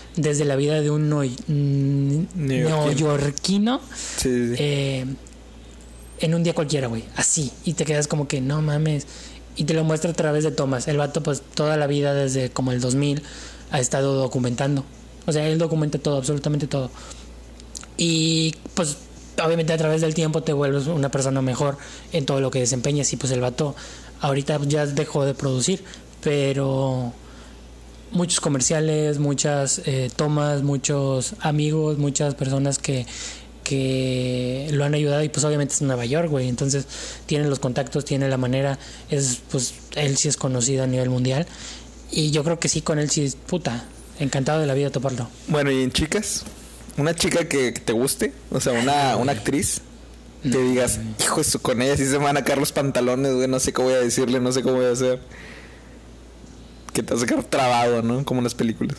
desde la vida de un noy- mm, neoyorquino Sí, sí, sí. eh, en un día cualquiera, güey, así, y te quedas como que no mames, y te lo muestra a través de tomas. El vato pues toda la vida desde como el dos mil ha estado documentando, o sea, él documenta todo, absolutamente todo, y pues obviamente a través del tiempo te vuelves una persona mejor en todo lo que desempeñas. Y pues el vato ahorita ya dejó de producir, pero muchos comerciales, muchas eh, tomas, muchos amigos, muchas personas que que lo han ayudado. Y pues obviamente es Nueva York, güey, entonces tiene los contactos, tiene la manera, es pues él sí es conocido a nivel mundial, y yo creo que sí, con él sí, puta, encantado de la vida toparlo. Bueno, ¿y en chicas? Una chica que, que te guste, o sea, una, una actriz que No, digas, güey. hijo, eso, con ella sí se me van a caer los pantalones, güey, no sé cómo voy a decirle, no sé cómo voy a hacer. Que te vas a quedar trabado, ¿no? Como en las películas.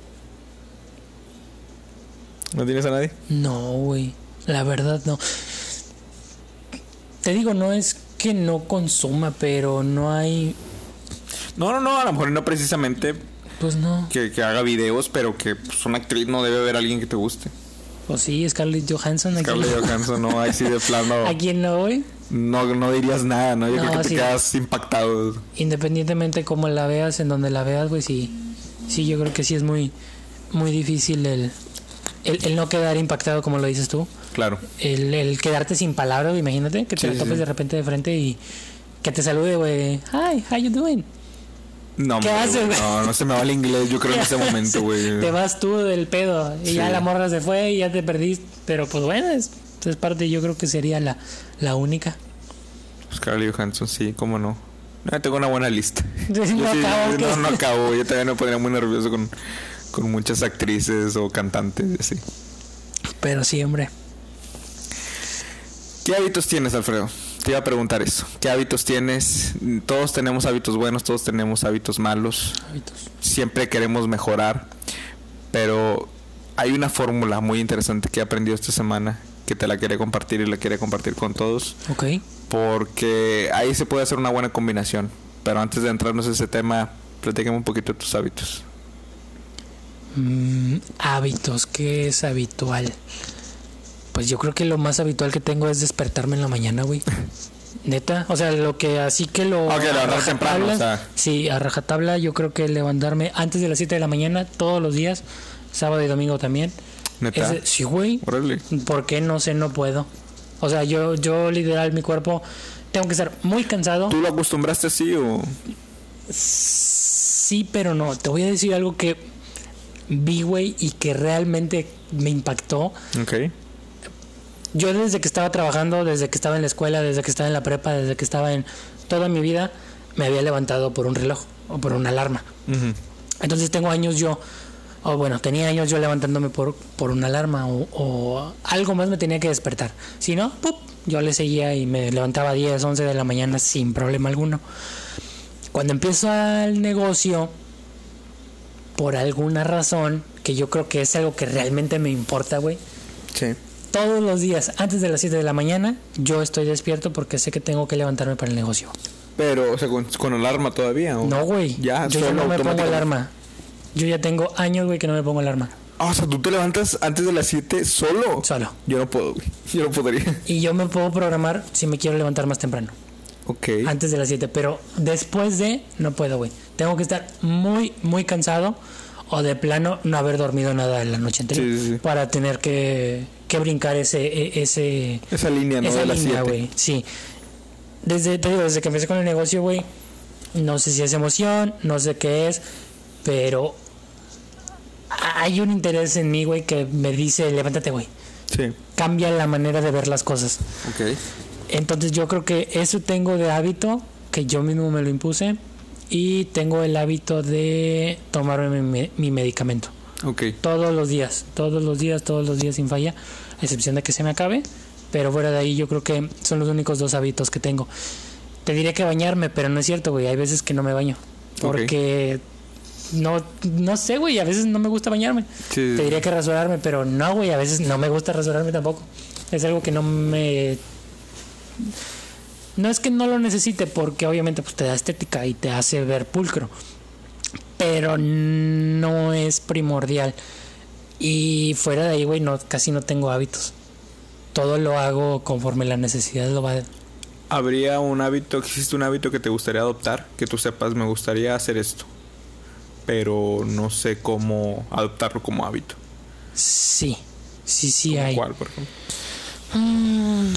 ¿No tienes a nadie? No, güey, la verdad no. Te digo, no es que no consuma, pero no hay, No, no, no, a lo mejor no precisamente pues no. que, que haga videos, pero que pues, una actriz no debe ver a alguien que te guste. Pues sí, Scarlett Johansson. ¿A quién Scarlett no? Johansson, no, ahí sí de plano. ¿A quién no, güey? No, no dirías nada, ¿no? Yo No, creo que te sí. quedas impactado. Independientemente cómo la veas, en donde la veas, güey, sí. Sí, yo creo que sí es muy, muy difícil el, el, el no quedar impactado, como lo dices tú. Claro. El, el quedarte sin palabras, güey, imagínate que te Sí, la sí, topes sí. de repente de frente y que te salude, güey. Hi, how you doing? No, ¿Qué hombre, haces, güey, güey? no, no se me va el inglés, yo creo, en ese momento, güey. Te vas tú del pedo y Sí. ya la morra se fue y ya te perdiste. Pero pues bueno, es, es parte, yo creo que sería la, la única. Scarlett Johansson, sí, cómo no. No, tengo una buena lista. No Yo sí, acabo, no, ¿qué? no acabo. Yo también me pondría muy nervioso con, con muchas actrices o cantantes, así. Pero sí, hombre. ¿Qué hábitos tienes, Alfredo? Te iba a preguntar eso. ¿Qué hábitos tienes? Todos tenemos hábitos buenos, todos tenemos hábitos malos. Hábitos. Siempre queremos mejorar, pero hay una fórmula muy interesante que he aprendido esta semana que te la quería compartir y la quería compartir con todos, Ok. porque ahí se puede hacer una buena combinación. Pero antes de entrarnos a ese tema, platícame un poquito de tus hábitos. Mm, hábitos, ¿qué es habitual? Pues yo creo que lo más habitual que tengo es despertarme en la mañana, güey. Neta, o sea, lo que así que lo... Ok, a levantar temprano, rajatabla, o sea. Sí, a rajatabla yo creo que levantarme antes de las siete de la mañana todos los días, sábado y domingo también. ¿Neta? Ese- sí, güey. Órale. ¿Por qué? No sé, no puedo. O sea, yo, yo literal, mi cuerpo, tengo que estar muy cansado. ¿Tú lo acostumbraste así o...? Sí, pero no. Te voy a decir algo que vi, güey, y que realmente me impactó. Ok. Yo desde que estaba trabajando, desde que estaba en la escuela, desde que estaba en la prepa, desde que estaba en toda mi vida, me había levantado por un reloj o por una alarma. Ujú. Entonces tengo años yo, o bueno, tenía años yo levantándome por, por una alarma o, o algo más me tenía que despertar. Si no, ¡pup!, yo le seguía y me levantaba a diez, once de la mañana sin problema alguno. Cuando empiezo el negocio, por alguna razón, que yo creo que es algo que realmente me importa, güey, Sí. todos los días, antes de las siete de la mañana, yo estoy despierto porque sé que tengo que levantarme para el negocio. Pero, o sea, ¿con, con alarma todavía? ¿o? No, güey. Ya, yo ya solo no me pongo automáticamente. alarma. Yo ya tengo años, güey, que no me pongo alarma. Ah, o sea, ¿tú te levantas antes de las siete solo? Solo. Yo no puedo, güey. Yo no podría. Y yo me puedo programar si me quiero levantar más temprano. Ok. Antes de las siete. Pero después de, no puedo, güey. Tengo que estar muy, muy cansado. O de plano no haber dormido nada en la noche anterior. Sí, sí, sí. Para tener que, que brincar ese... e- ese Esa línea, ¿no? esa de las línea, siete. güey. Sí. Desde, te digo, desde que empecé con el negocio, güey. No sé si es emoción, no sé qué es. Pero hay un interés en mí, güey, que me dice, levántate, güey. Sí. Cambia la manera de ver las cosas. Ok. Entonces yo creo que eso tengo de hábito, que yo mismo me lo impuse. Y tengo el hábito de tomarme mi, mi medicamento. Ok. Todos los días, todos los días, todos los días sin falla. A excepción de que se me acabe. Pero fuera de ahí yo creo que son los únicos dos hábitos que tengo. Te diría que bañarme, pero no es cierto, güey. Hay veces que no me baño. Porque... No, no sé, güey, a veces no me gusta bañarme. Sí. Te diría que rasurarme, pero no, güey, a veces no me gusta rasurarme tampoco. Es algo que no me... No es que no lo necesite, porque obviamente pues te da estética y te hace ver pulcro. Pero no es primordial. Y fuera de ahí, güey, no, casi no tengo hábitos. Todo lo hago conforme la necesidad lo va... ¿Habría un hábito, existe un hábito que te gustaría adoptar? Que tú sepas, me gustaría hacer esto, pero no sé cómo adoptarlo como hábito. Sí, sí, sí ¿Cómo hay. ¿Cuál, por ejemplo? Mm,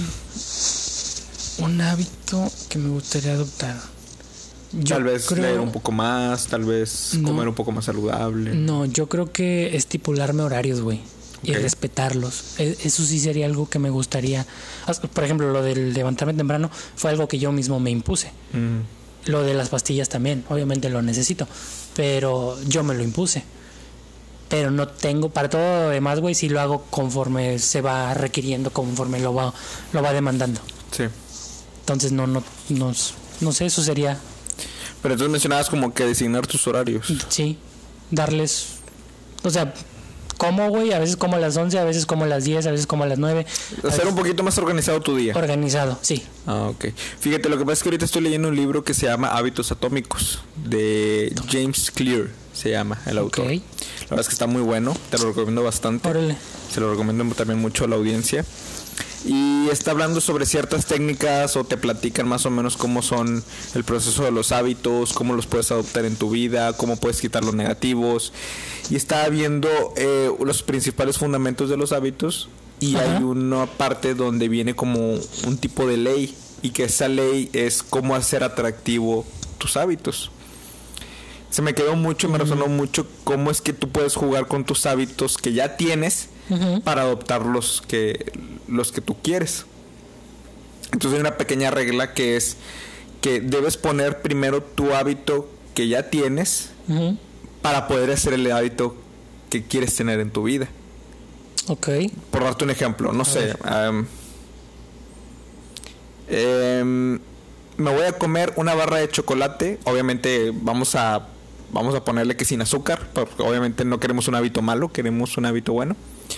un hábito que me gustaría adoptar. Yo Tal vez creo... leer un poco más, tal vez No. comer un poco más saludable. No, yo creo que estipularme horarios, güey. Y Ok. respetarlos. E- Eso sí sería algo que me gustaría. As- Por ejemplo, lo del levantarme temprano fue algo que yo mismo me impuse. Mm, Lo de las pastillas también, obviamente lo necesito. Pero yo me lo impuse. Pero no tengo, para todo lo demás, güey, sí lo hago conforme se va requiriendo, conforme lo va, lo va demandando. sí. Entonces no, no, no, no sé, eso sería, Pero entonces mencionabas como que designar tus horarios. sí, darles, o sea, como, güey, a veces como a las once, a veces como a las diez, a veces como a las nueve. Hacer un poquito más organizado tu día. Organizado, sí. Ah, ok. Fíjate, lo que pasa es que ahorita estoy leyendo un libro que se llama Hábitos Atómicos, de James Clear, se llama el autor. Ok. La verdad es que está muy bueno, te lo recomiendo bastante. Órale. Se lo recomiendo también mucho a la audiencia. Y está hablando sobre ciertas técnicas o te platican más o menos cómo son el proceso de los hábitos, cómo los puedes adoptar en tu vida, cómo puedes quitar los negativos. Y está viendo eh, los principales fundamentos de los hábitos y Ajá. hay una parte donde viene como un tipo de ley y que esa ley es cómo hacer atractivo tus hábitos. Se me quedó mucho, me resonó mucho cómo es que tú puedes jugar con tus hábitos que ya tienes Ujú. para adoptar los que, los que tú quieres. Entonces hay una pequeña regla que es que debes poner primero tu hábito que ya tienes Ujú. para poder hacer el hábito que quieres tener en tu vida. Ok. Por darte un ejemplo, no A sé, ver. am, em, me voy a comer una barra de chocolate. Obviamente vamos a vamos a ponerle que sin azúcar, porque obviamente no queremos un hábito malo, queremos un hábito bueno.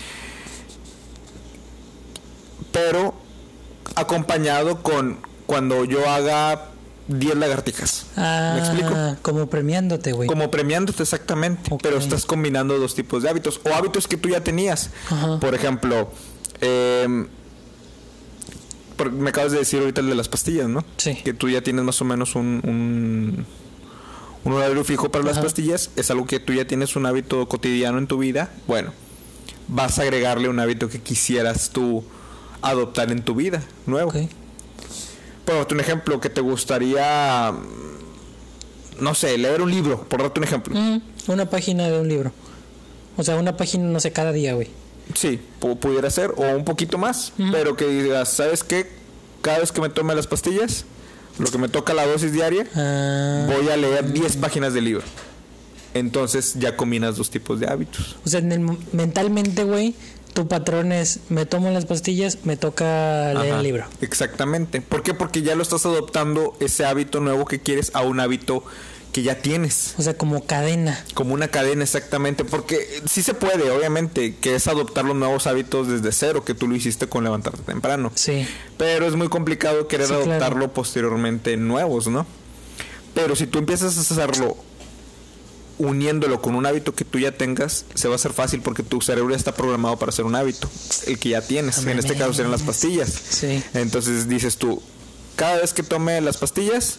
Pero acompañado con cuando yo haga diez lagartijas. Ah, ¿Me explico? como premiándote, güey. Como premiándote exactamente, Ok. pero estás combinando dos tipos de hábitos o hábitos que tú ya tenías. Ajá. Por ejemplo, eh, por- me acabas de decir ahorita el de las pastillas, ¿no? Sí. Que tú ya tienes más o menos un, un, un horario fijo para las Ajá. pastillas. Es algo que tú ya tienes un hábito cotidiano en tu vida. Bueno, vas a agregarle un hábito que quisieras tú adoptar en tu vida, nuevo. Ok. Por darte un ejemplo, que te gustaría, no sé, leer un libro, por darte un ejemplo. Mm, una página de un libro. O sea, una página, no sé, cada día, güey. Sí, pu- pudiera ser, o un poquito más, Ujú. pero que digas, ¿sabes qué? Cada vez que me tome las pastillas, lo que me toca la dosis diaria, Ah, voy a leer diez páginas del libro. Entonces ya combinas dos tipos de hábitos. o sea, en el mo- mentalmente, güey, tu patrón es, me tomo las pastillas, me toca leer Ajá, el libro. Exactamente. ¿Por qué? Porque ya lo estás adoptando ese hábito nuevo que quieres a un hábito que ya tienes. O sea, como cadena. Como una cadena, exactamente. Porque sí se puede, obviamente, que es adoptar los nuevos hábitos desde cero, que tú lo hiciste con levantarte temprano. Sí. Pero es muy complicado querer Sí, claro. adoptarlo posteriormente nuevos, ¿no? Pero si tú empiezas a hacerlo uniéndolo con un hábito que tú ya tengas, se va a hacer fácil porque tu cerebro ya está programado para hacer un hábito, el que ya tienes. En este caso serían las pastillas. Sí. Entonces dices tú, cada vez que tome las pastillas,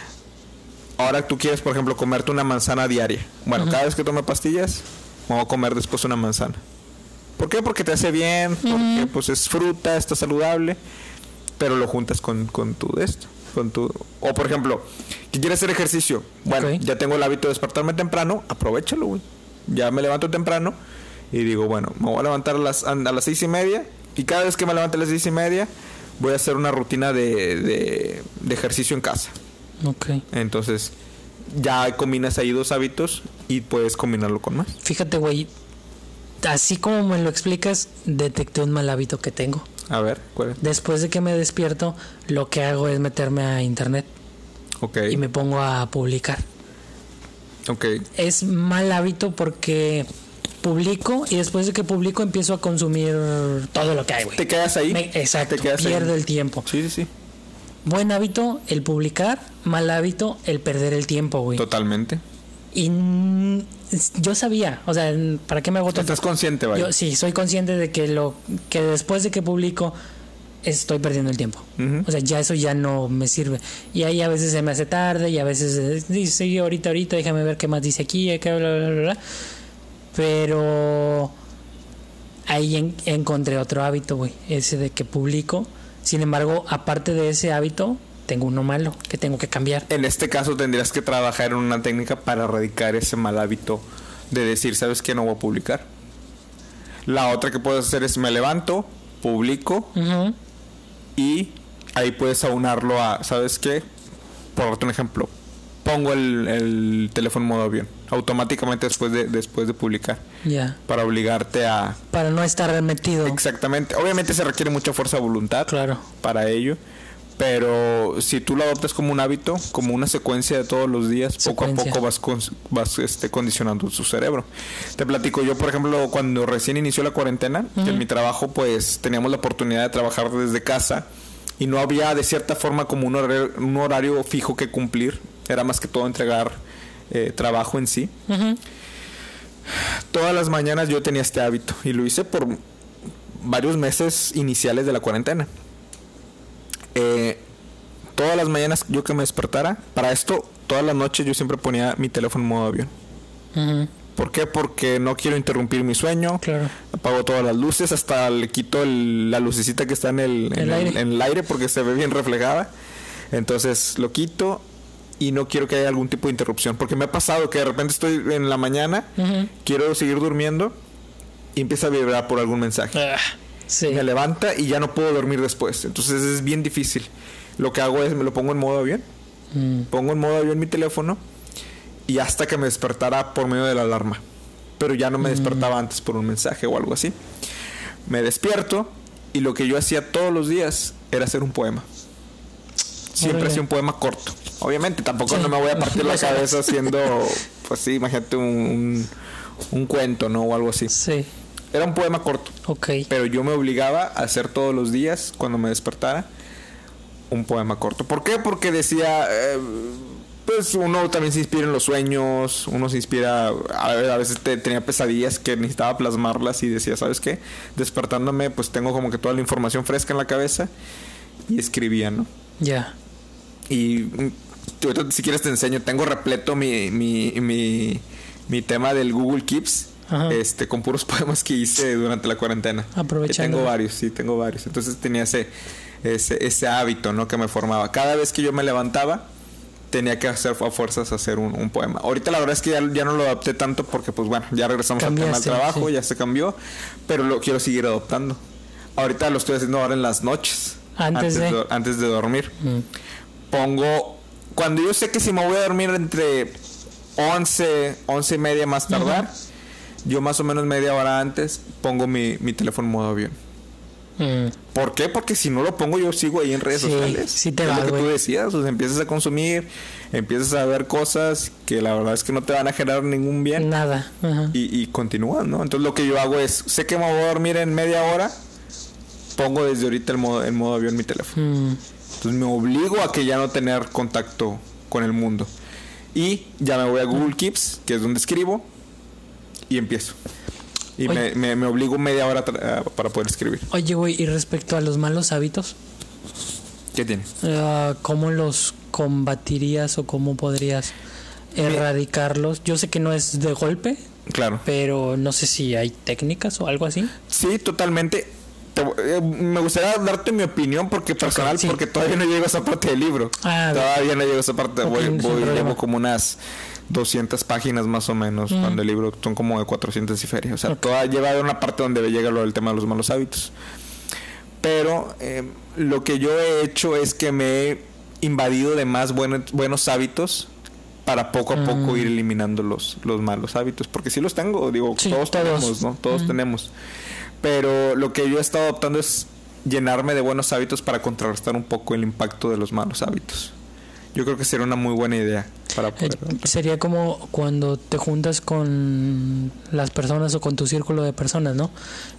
ahora tú quieres, por ejemplo, comerte una manzana diaria. Bueno, Ujú. cada vez que tome pastillas, me voy a comer después una manzana. ¿Por qué? Porque te hace bien, porque pues es fruta, está saludable, pero lo juntas con, con tu de esto. Con tu, o por ejemplo, que quieres hacer ejercicio. Bueno, Ok. ya tengo el hábito de despertarme temprano, aprovéchalo, güey. Ya me levanto temprano y digo, bueno, me voy a levantar a las, a las seis y media y cada vez que me levante a las seis y media voy a hacer una rutina de, de, de ejercicio en casa. Ok. Entonces, ya combinas ahí dos hábitos y puedes combinarlo con más. Fíjate, güey, así como me lo explicas, detecté un mal hábito que tengo. A ver, ¿cuál es? Después de que me despierto, lo que hago es meterme a internet Ok, y me pongo a publicar. ok. Es mal hábito porque publico y después de que publico empiezo a consumir todo lo que hay, güey. ¿Te quedas ahí? Me- exacto, ¿Te quedas pierdo ahí? el tiempo. Sí, sí, sí. Buen hábito el publicar, mal hábito el perder el tiempo, güey. Totalmente. Y mm, yo sabía, o sea, ¿para qué me hago tonto? Estás consciente, vaya. Yo sí, soy consciente de que lo que después de que publico estoy perdiendo el tiempo. Uh-huh. O sea, ya eso ya no me sirve. Y ahí a veces se me hace tarde y a veces eh, dice, sí, ahorita, ahorita, déjame ver qué más dice aquí, bla, bla, bla, bla. Pero ahí en, encontré otro hábito, güey, ese de que publico. Sin embargo, aparte de ese hábito, tengo uno malo que tengo que cambiar. En este caso tendrías que trabajar en una técnica para erradicar ese mal hábito de decir, ¿sabes qué? No voy a publicar. La otra que puedes hacer es me levanto, publico, uh-huh. y ahí puedes aunarlo a, ¿sabes qué? Por darte un ejemplo, pongo el, el teléfono en modo avión automáticamente después de después de publicar. Ya. Yeah. Para obligarte a... Para no estar metido. Exactamente. Obviamente se requiere mucha fuerza de voluntad. Claro. Para ello. Pero si tú lo adoptas como un hábito, como una secuencia de todos los días, secuencia. Poco a poco vas, con, vas este, condicionando tu cerebro. Te platico, yo por ejemplo, cuando recién inició la cuarentena, uh-huh. que en mi trabajo pues teníamos la oportunidad de trabajar desde casa y no había de cierta forma como un horario, un horario fijo que cumplir. Era más que todo entregar eh, trabajo en sí. Uh-huh. Todas las mañanas yo tenía este hábito y lo hice por varios meses iniciales de la cuarentena. Eh, todas las mañanas yo que me despertara, para esto todas las noches yo siempre ponía mi teléfono en modo avión. Uh-huh. ¿Por qué? Porque no quiero interrumpir mi sueño. Claro. Apago todas las luces, hasta le quito el, la lucecita que está en el, el en, aire. El, en el aire porque se ve bien reflejada. Entonces lo quito y no quiero que haya algún tipo de interrupción, porque me ha pasado que de repente estoy en la mañana, uh-huh. quiero seguir durmiendo y empieza a vibrar por algún mensaje. Uh. Sí. Me levanta y ya no puedo dormir después. Entonces es bien difícil. Lo que hago es me lo pongo en modo avión. Mm. Pongo en modo avión mi teléfono y hasta que me despertara por medio de la alarma. Pero ya no me mm. despertaba antes por un mensaje o algo así. Me despierto y lo que yo hacía todos los días era hacer un poema. Siempre hacía un poema corto. Obviamente tampoco sí. no me voy a partir la cabeza haciendo, pues sí, imagínate un, un, un cuento, ¿no? O algo así. Sí. Era un poema corto. Okay. Pero yo me obligaba a hacer todos los días, cuando me despertara, un poema corto. ¿Por qué? Porque decía, eh, pues uno también se inspira en los sueños, uno se inspira, a, a veces te, tenía pesadillas que necesitaba plasmarlas y decía, ¿sabes qué? Despertándome, pues tengo como que toda la información fresca en la cabeza y escribía, ¿no? Ya. Yeah. Y si quieres te enseño, tengo repleto mi, mi, mi, mi tema del Google Keeps. Ajá. Este, con puros poemas que hice durante la cuarentena. Aprovechando. Tengo varios, sí, tengo varios. Entonces tenía ese, ese, ese hábito, ¿no? Que me formaba. Cada vez que yo me levantaba, tenía que hacer a fuerzas hacer un, un poema. Ahorita la verdad es que ya, ya no lo adopté tanto porque, pues bueno, ya regresamos al tema del trabajo, sí. ya se cambió, pero lo quiero seguir adoptando. Ahorita lo estoy haciendo ahora en las noches. Antes, antes de... de antes de dormir. Mm. Pongo, cuando yo sé que si me voy a dormir entre once, once y media más tardar, uh-huh. yo más o menos media hora antes pongo mi, mi teléfono en modo avión. Mm. ¿Por qué? Porque si no lo pongo yo sigo ahí en redes sí, sociales. Sí te es va, lo que güey. tú decías, o sea, empiezas a consumir, empiezas a ver cosas que la verdad es que no te van a generar ningún bien. Nada. Uh-huh. Y, y continúan, ¿no? Entonces lo que yo hago es, sé que me voy a dormir en media hora, pongo desde ahorita el modo, el modo avión mi teléfono. Mm. Entonces me obligo a que ya no tener contacto con el mundo. Y ya me voy a Google Keeps, que es donde escribo, y empiezo. Y me, me, me obligo media hora tra- para poder escribir. Oye, güey, y respecto a los malos hábitos, ¿qué tiene? Uh, ¿Cómo los combatirías o cómo podrías erradicarlos? Yo sé que no es de golpe. Claro. Pero no sé si hay técnicas o algo así. Sí, totalmente. Te, eh, me gustaría darte mi opinión porque personal, okay, sí. porque todavía no llego a esa parte del libro. Ah, todavía no llego a esa parte. Okay, voy, voy llevo como unas doscientas páginas más o menos, mm. cuando el libro son como de cuatrocientas y feria. O sea, okay. toda lleva a una parte donde llega lo del tema de los malos hábitos. Pero eh, lo que yo he hecho es que me he invadido de más buen, buenos hábitos para poco a mm. poco ir eliminando los, los malos hábitos. Porque sí los tengo, digo, sí, todos, todos tenemos, ¿no? Todos mm. tenemos. Pero lo que yo he estado adoptando es llenarme de buenos hábitos para contrarrestar un poco el impacto de los malos hábitos. Yo creo que sería una muy buena idea para poder... Eh, sería como cuando te juntas con las personas o con tu círculo de personas, ¿no?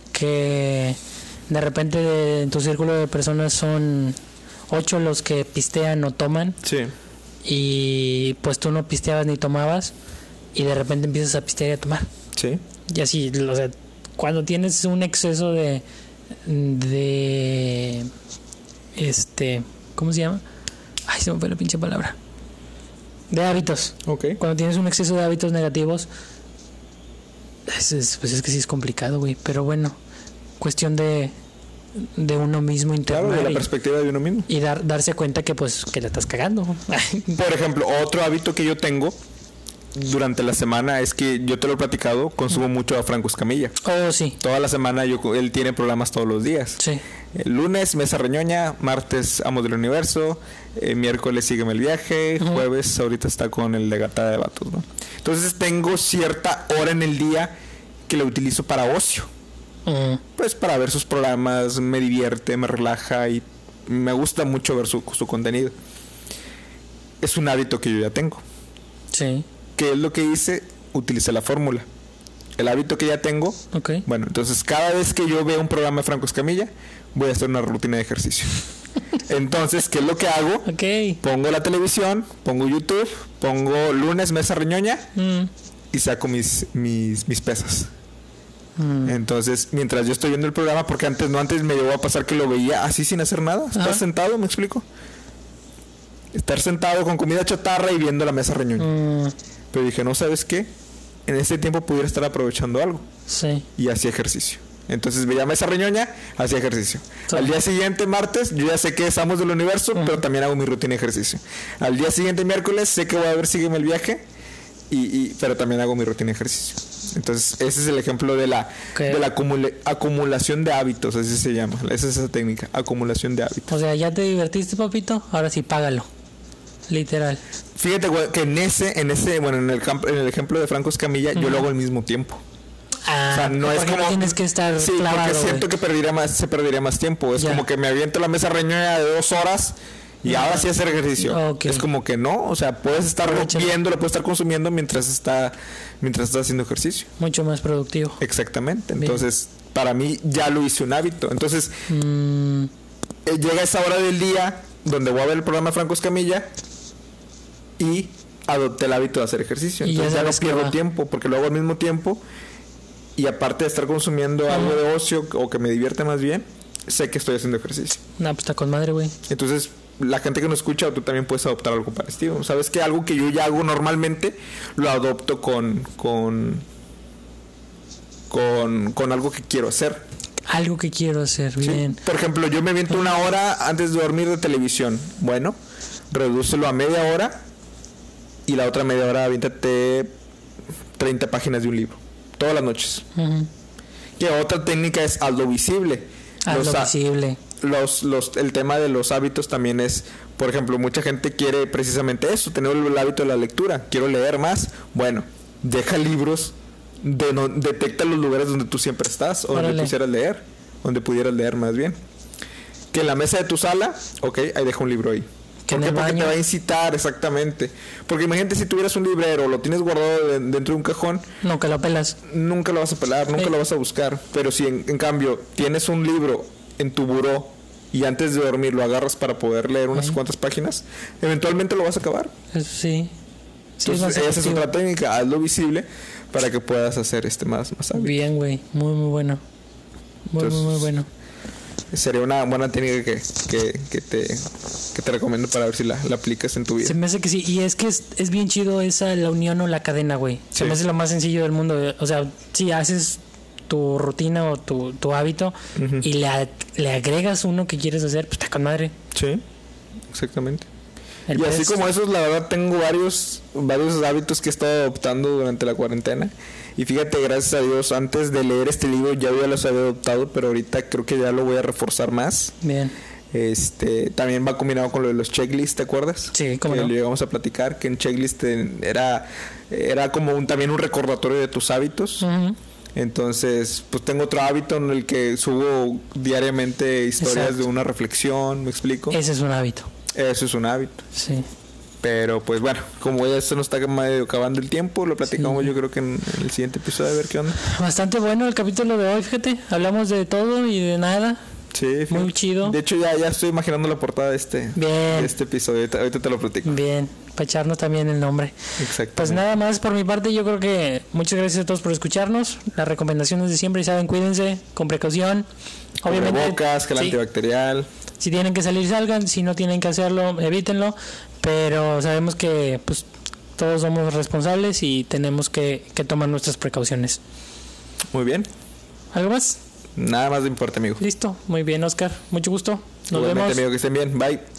Que de repente de, en tu círculo de personas son ocho los que pistean o toman. Sí. Y pues tú no pisteabas ni tomabas. y de repente empiezas a pistear y a tomar. Sí. Y así, o sea, cuando tienes un exceso de de este, ¿cómo se llama? Ay, se me fue la pinche palabra. De hábitos. Ok. Cuando tienes un exceso de hábitos negativos, es, es, pues es que sí es complicado, güey. Pero bueno, cuestión de de uno mismo interno. Claro, de la y, perspectiva de uno mismo. Y dar, darse cuenta que pues que la estás cagando. Por ejemplo, otro hábito que yo tengo durante la semana es que yo te lo he platicado, consumo mucho a Franco Escamilla. Oh, sí. Toda la semana yo, él tiene programas todos los días. Sí. El lunes, Mesa Reñoña, martes, Amos del Universo, eh, miércoles, Sígueme el Viaje, uh-huh. jueves, ahorita está con el de Gatada de Vatos, ¿no? Entonces tengo cierta hora en el día que la utilizo para ocio. Uh-huh. Pues para ver sus programas, me divierte, me relaja y me gusta mucho ver su, su contenido. Es un hábito que yo ya tengo. Sí. ¿Qué es lo que hice? Utilicé la fórmula. El hábito que ya tengo. Okay. Bueno, entonces cada vez que yo veo un programa de Franco Escamilla, voy a hacer una rutina de ejercicio. Entonces, ¿qué es lo que hago? Okay. Pongo la televisión, pongo YouTube, pongo lunes Mesa Reñoña mm. y saco mis, mis, mis pesas. Mm. Entonces, mientras yo estoy viendo el programa, porque antes no, antes me llegó a pasar que lo veía así sin hacer nada. Estar uh-huh. sentado, ¿me explico? Estar sentado con comida chatarra y viendo la Mesa Reñoña. Mm. Pero dije, no, ¿sabes qué? En ese tiempo pudiera estar aprovechando algo. Sí. Y hacía ejercicio. Entonces veía Mesa Reñoña, hacía ejercicio. Sí. Al día siguiente, martes, yo ya sé que es Amos del Universo, uh-huh. pero también hago mi rutina de ejercicio. Al día siguiente, miércoles, sé que voy a ver Sígueme el Viaje, y, y, pero también hago mi rutina de ejercicio. Entonces, ese es el ejemplo de la, okay. de la acumula- acumulación de hábitos, así se llama. Esa es esa técnica, acumulación de hábitos. O sea, ¿ya te divertiste, papito? Ahora sí, págalo. Literal. Fíjate, güey, que en ese, en ese, bueno, en el, camp- en el ejemplo de Franco Escamilla, uh-huh. yo lo hago al mismo tiempo. Ah, o sea, no es como no tienes que estar sí, clavado, porque siento wey. que perdería más, se perdería más tiempo. Es ya. como que me aviento la Mesa Reñoña de dos horas y uh-huh. ahora sí hacer ejercicio. Okay. Es como que no, o sea, puedes estar viendo, lo puedes estar consumiendo mientras está, mientras estás haciendo ejercicio. Mucho más productivo. Exactamente. Bien. Entonces, para mí ya lo hice un hábito. Entonces, mm. eh, llega esa hora del día donde voy a ver el programa Franco Escamilla y adopté el hábito de hacer ejercicio. Entonces ya, ya no pierdo tiempo porque lo hago al mismo tiempo y aparte de estar consumiendo uh-huh. algo de ocio o que me divierte más bien, sé que estoy haciendo ejercicio. No, pues está con madre, güey. Entonces la gente que nos escucha, tú también puedes adoptar algo parecido. Sabes que algo que yo ya hago normalmente lo adopto con con con, con algo que quiero hacer. Algo que quiero hacer, bien. Sí. Por ejemplo, yo me viento una hora antes de dormir de televisión. Bueno, redúcelo a media hora y la otra media hora aviéntate treinta páginas de un libro todas las noches. Uh-huh. Que otra técnica es hazlo visible. Hazlo los, visible. Los, los, el tema de los hábitos también es, por ejemplo, mucha gente quiere precisamente eso, tener el hábito de la lectura. Quiero leer más. Bueno, deja libros, de no, detecta los lugares donde tú siempre estás o Órale. donde quisieras leer, donde pudieras leer más bien. Que en la mesa de tu sala, ok, ahí deja un libro ahí. ¿Por qué? Porque te va a incitar, exactamente. Porque imagínate si tuvieras un librero, lo tienes guardado de, dentro de un cajón. Nunca lo pelas. Nunca lo vas a pelar, nunca sí. lo vas a buscar. Pero si en, en cambio tienes un libro en tu buró y antes de dormir lo agarras para poder leer unas sí. cuantas páginas, eventualmente lo vas a acabar. Eso sí. sí Entonces es esa es otra técnica, hazlo visible para que puedas hacer este más, más hábito. Bien, güey, muy muy bueno. Muy, Entonces, muy, muy bueno. Sería una buena técnica que, que, que, te, que te recomiendo para ver si la, la aplicas en tu vida. Se me hace que sí. Y es que es, es bien chido esa, la unión o la cadena, güey. Sí. Se me hace lo más sencillo del mundo. O sea, si haces tu rutina o tu, tu hábito uh-huh. y le, le agregas uno que quieres hacer, pues está con madre. Sí, exactamente. El y pez. así como esos, la verdad, tengo varios, varios hábitos que he estado adoptando durante la cuarentena. Y fíjate, gracias a Dios, antes de leer este libro ya los había adoptado, pero ahorita creo que ya lo voy a reforzar más. Bien. Este, también va combinado con lo de los checklists, ¿te acuerdas? Sí, cómo que no. lo llegamos a platicar, que en checklist era, era como un, también un recordatorio de tus hábitos. Uh-huh. Entonces, pues tengo otro hábito en el que subo diariamente historias Exacto. de una reflexión, ¿me explico? Ese es un hábito. Eso es un hábito. Sí. Pero pues bueno, como ya se nos está medio acabando el tiempo, lo platicamos sí. yo creo que en, en el siguiente episodio a ver qué onda. Bastante bueno el capítulo de hoy, fíjate. Hablamos de todo y de nada. Sí, fíjate. Muy chido. De hecho ya, ya estoy imaginando la portada de este, Bien. de este episodio. Ahorita, ahorita te lo platico. Bien. para echarnos también el nombre. Exacto. Pues nada más por mi parte, yo creo que muchas gracias a todos por escucharnos. Las recomendaciones de siempre, y saben, cuídense con precaución. Obviamente, cubrebocas, gel sí, antibacterial. Si tienen que salir, salgan. Si no tienen que hacerlo, evítenlo. Pero sabemos que pues todos somos responsables y tenemos que, que tomar nuestras precauciones. Muy bien. ¿Algo más? Nada más de importe, amigo. Listo. Muy bien, Oscar. Mucho gusto. Nos Igualmente, vemos. amigo, que estén bien. Bye.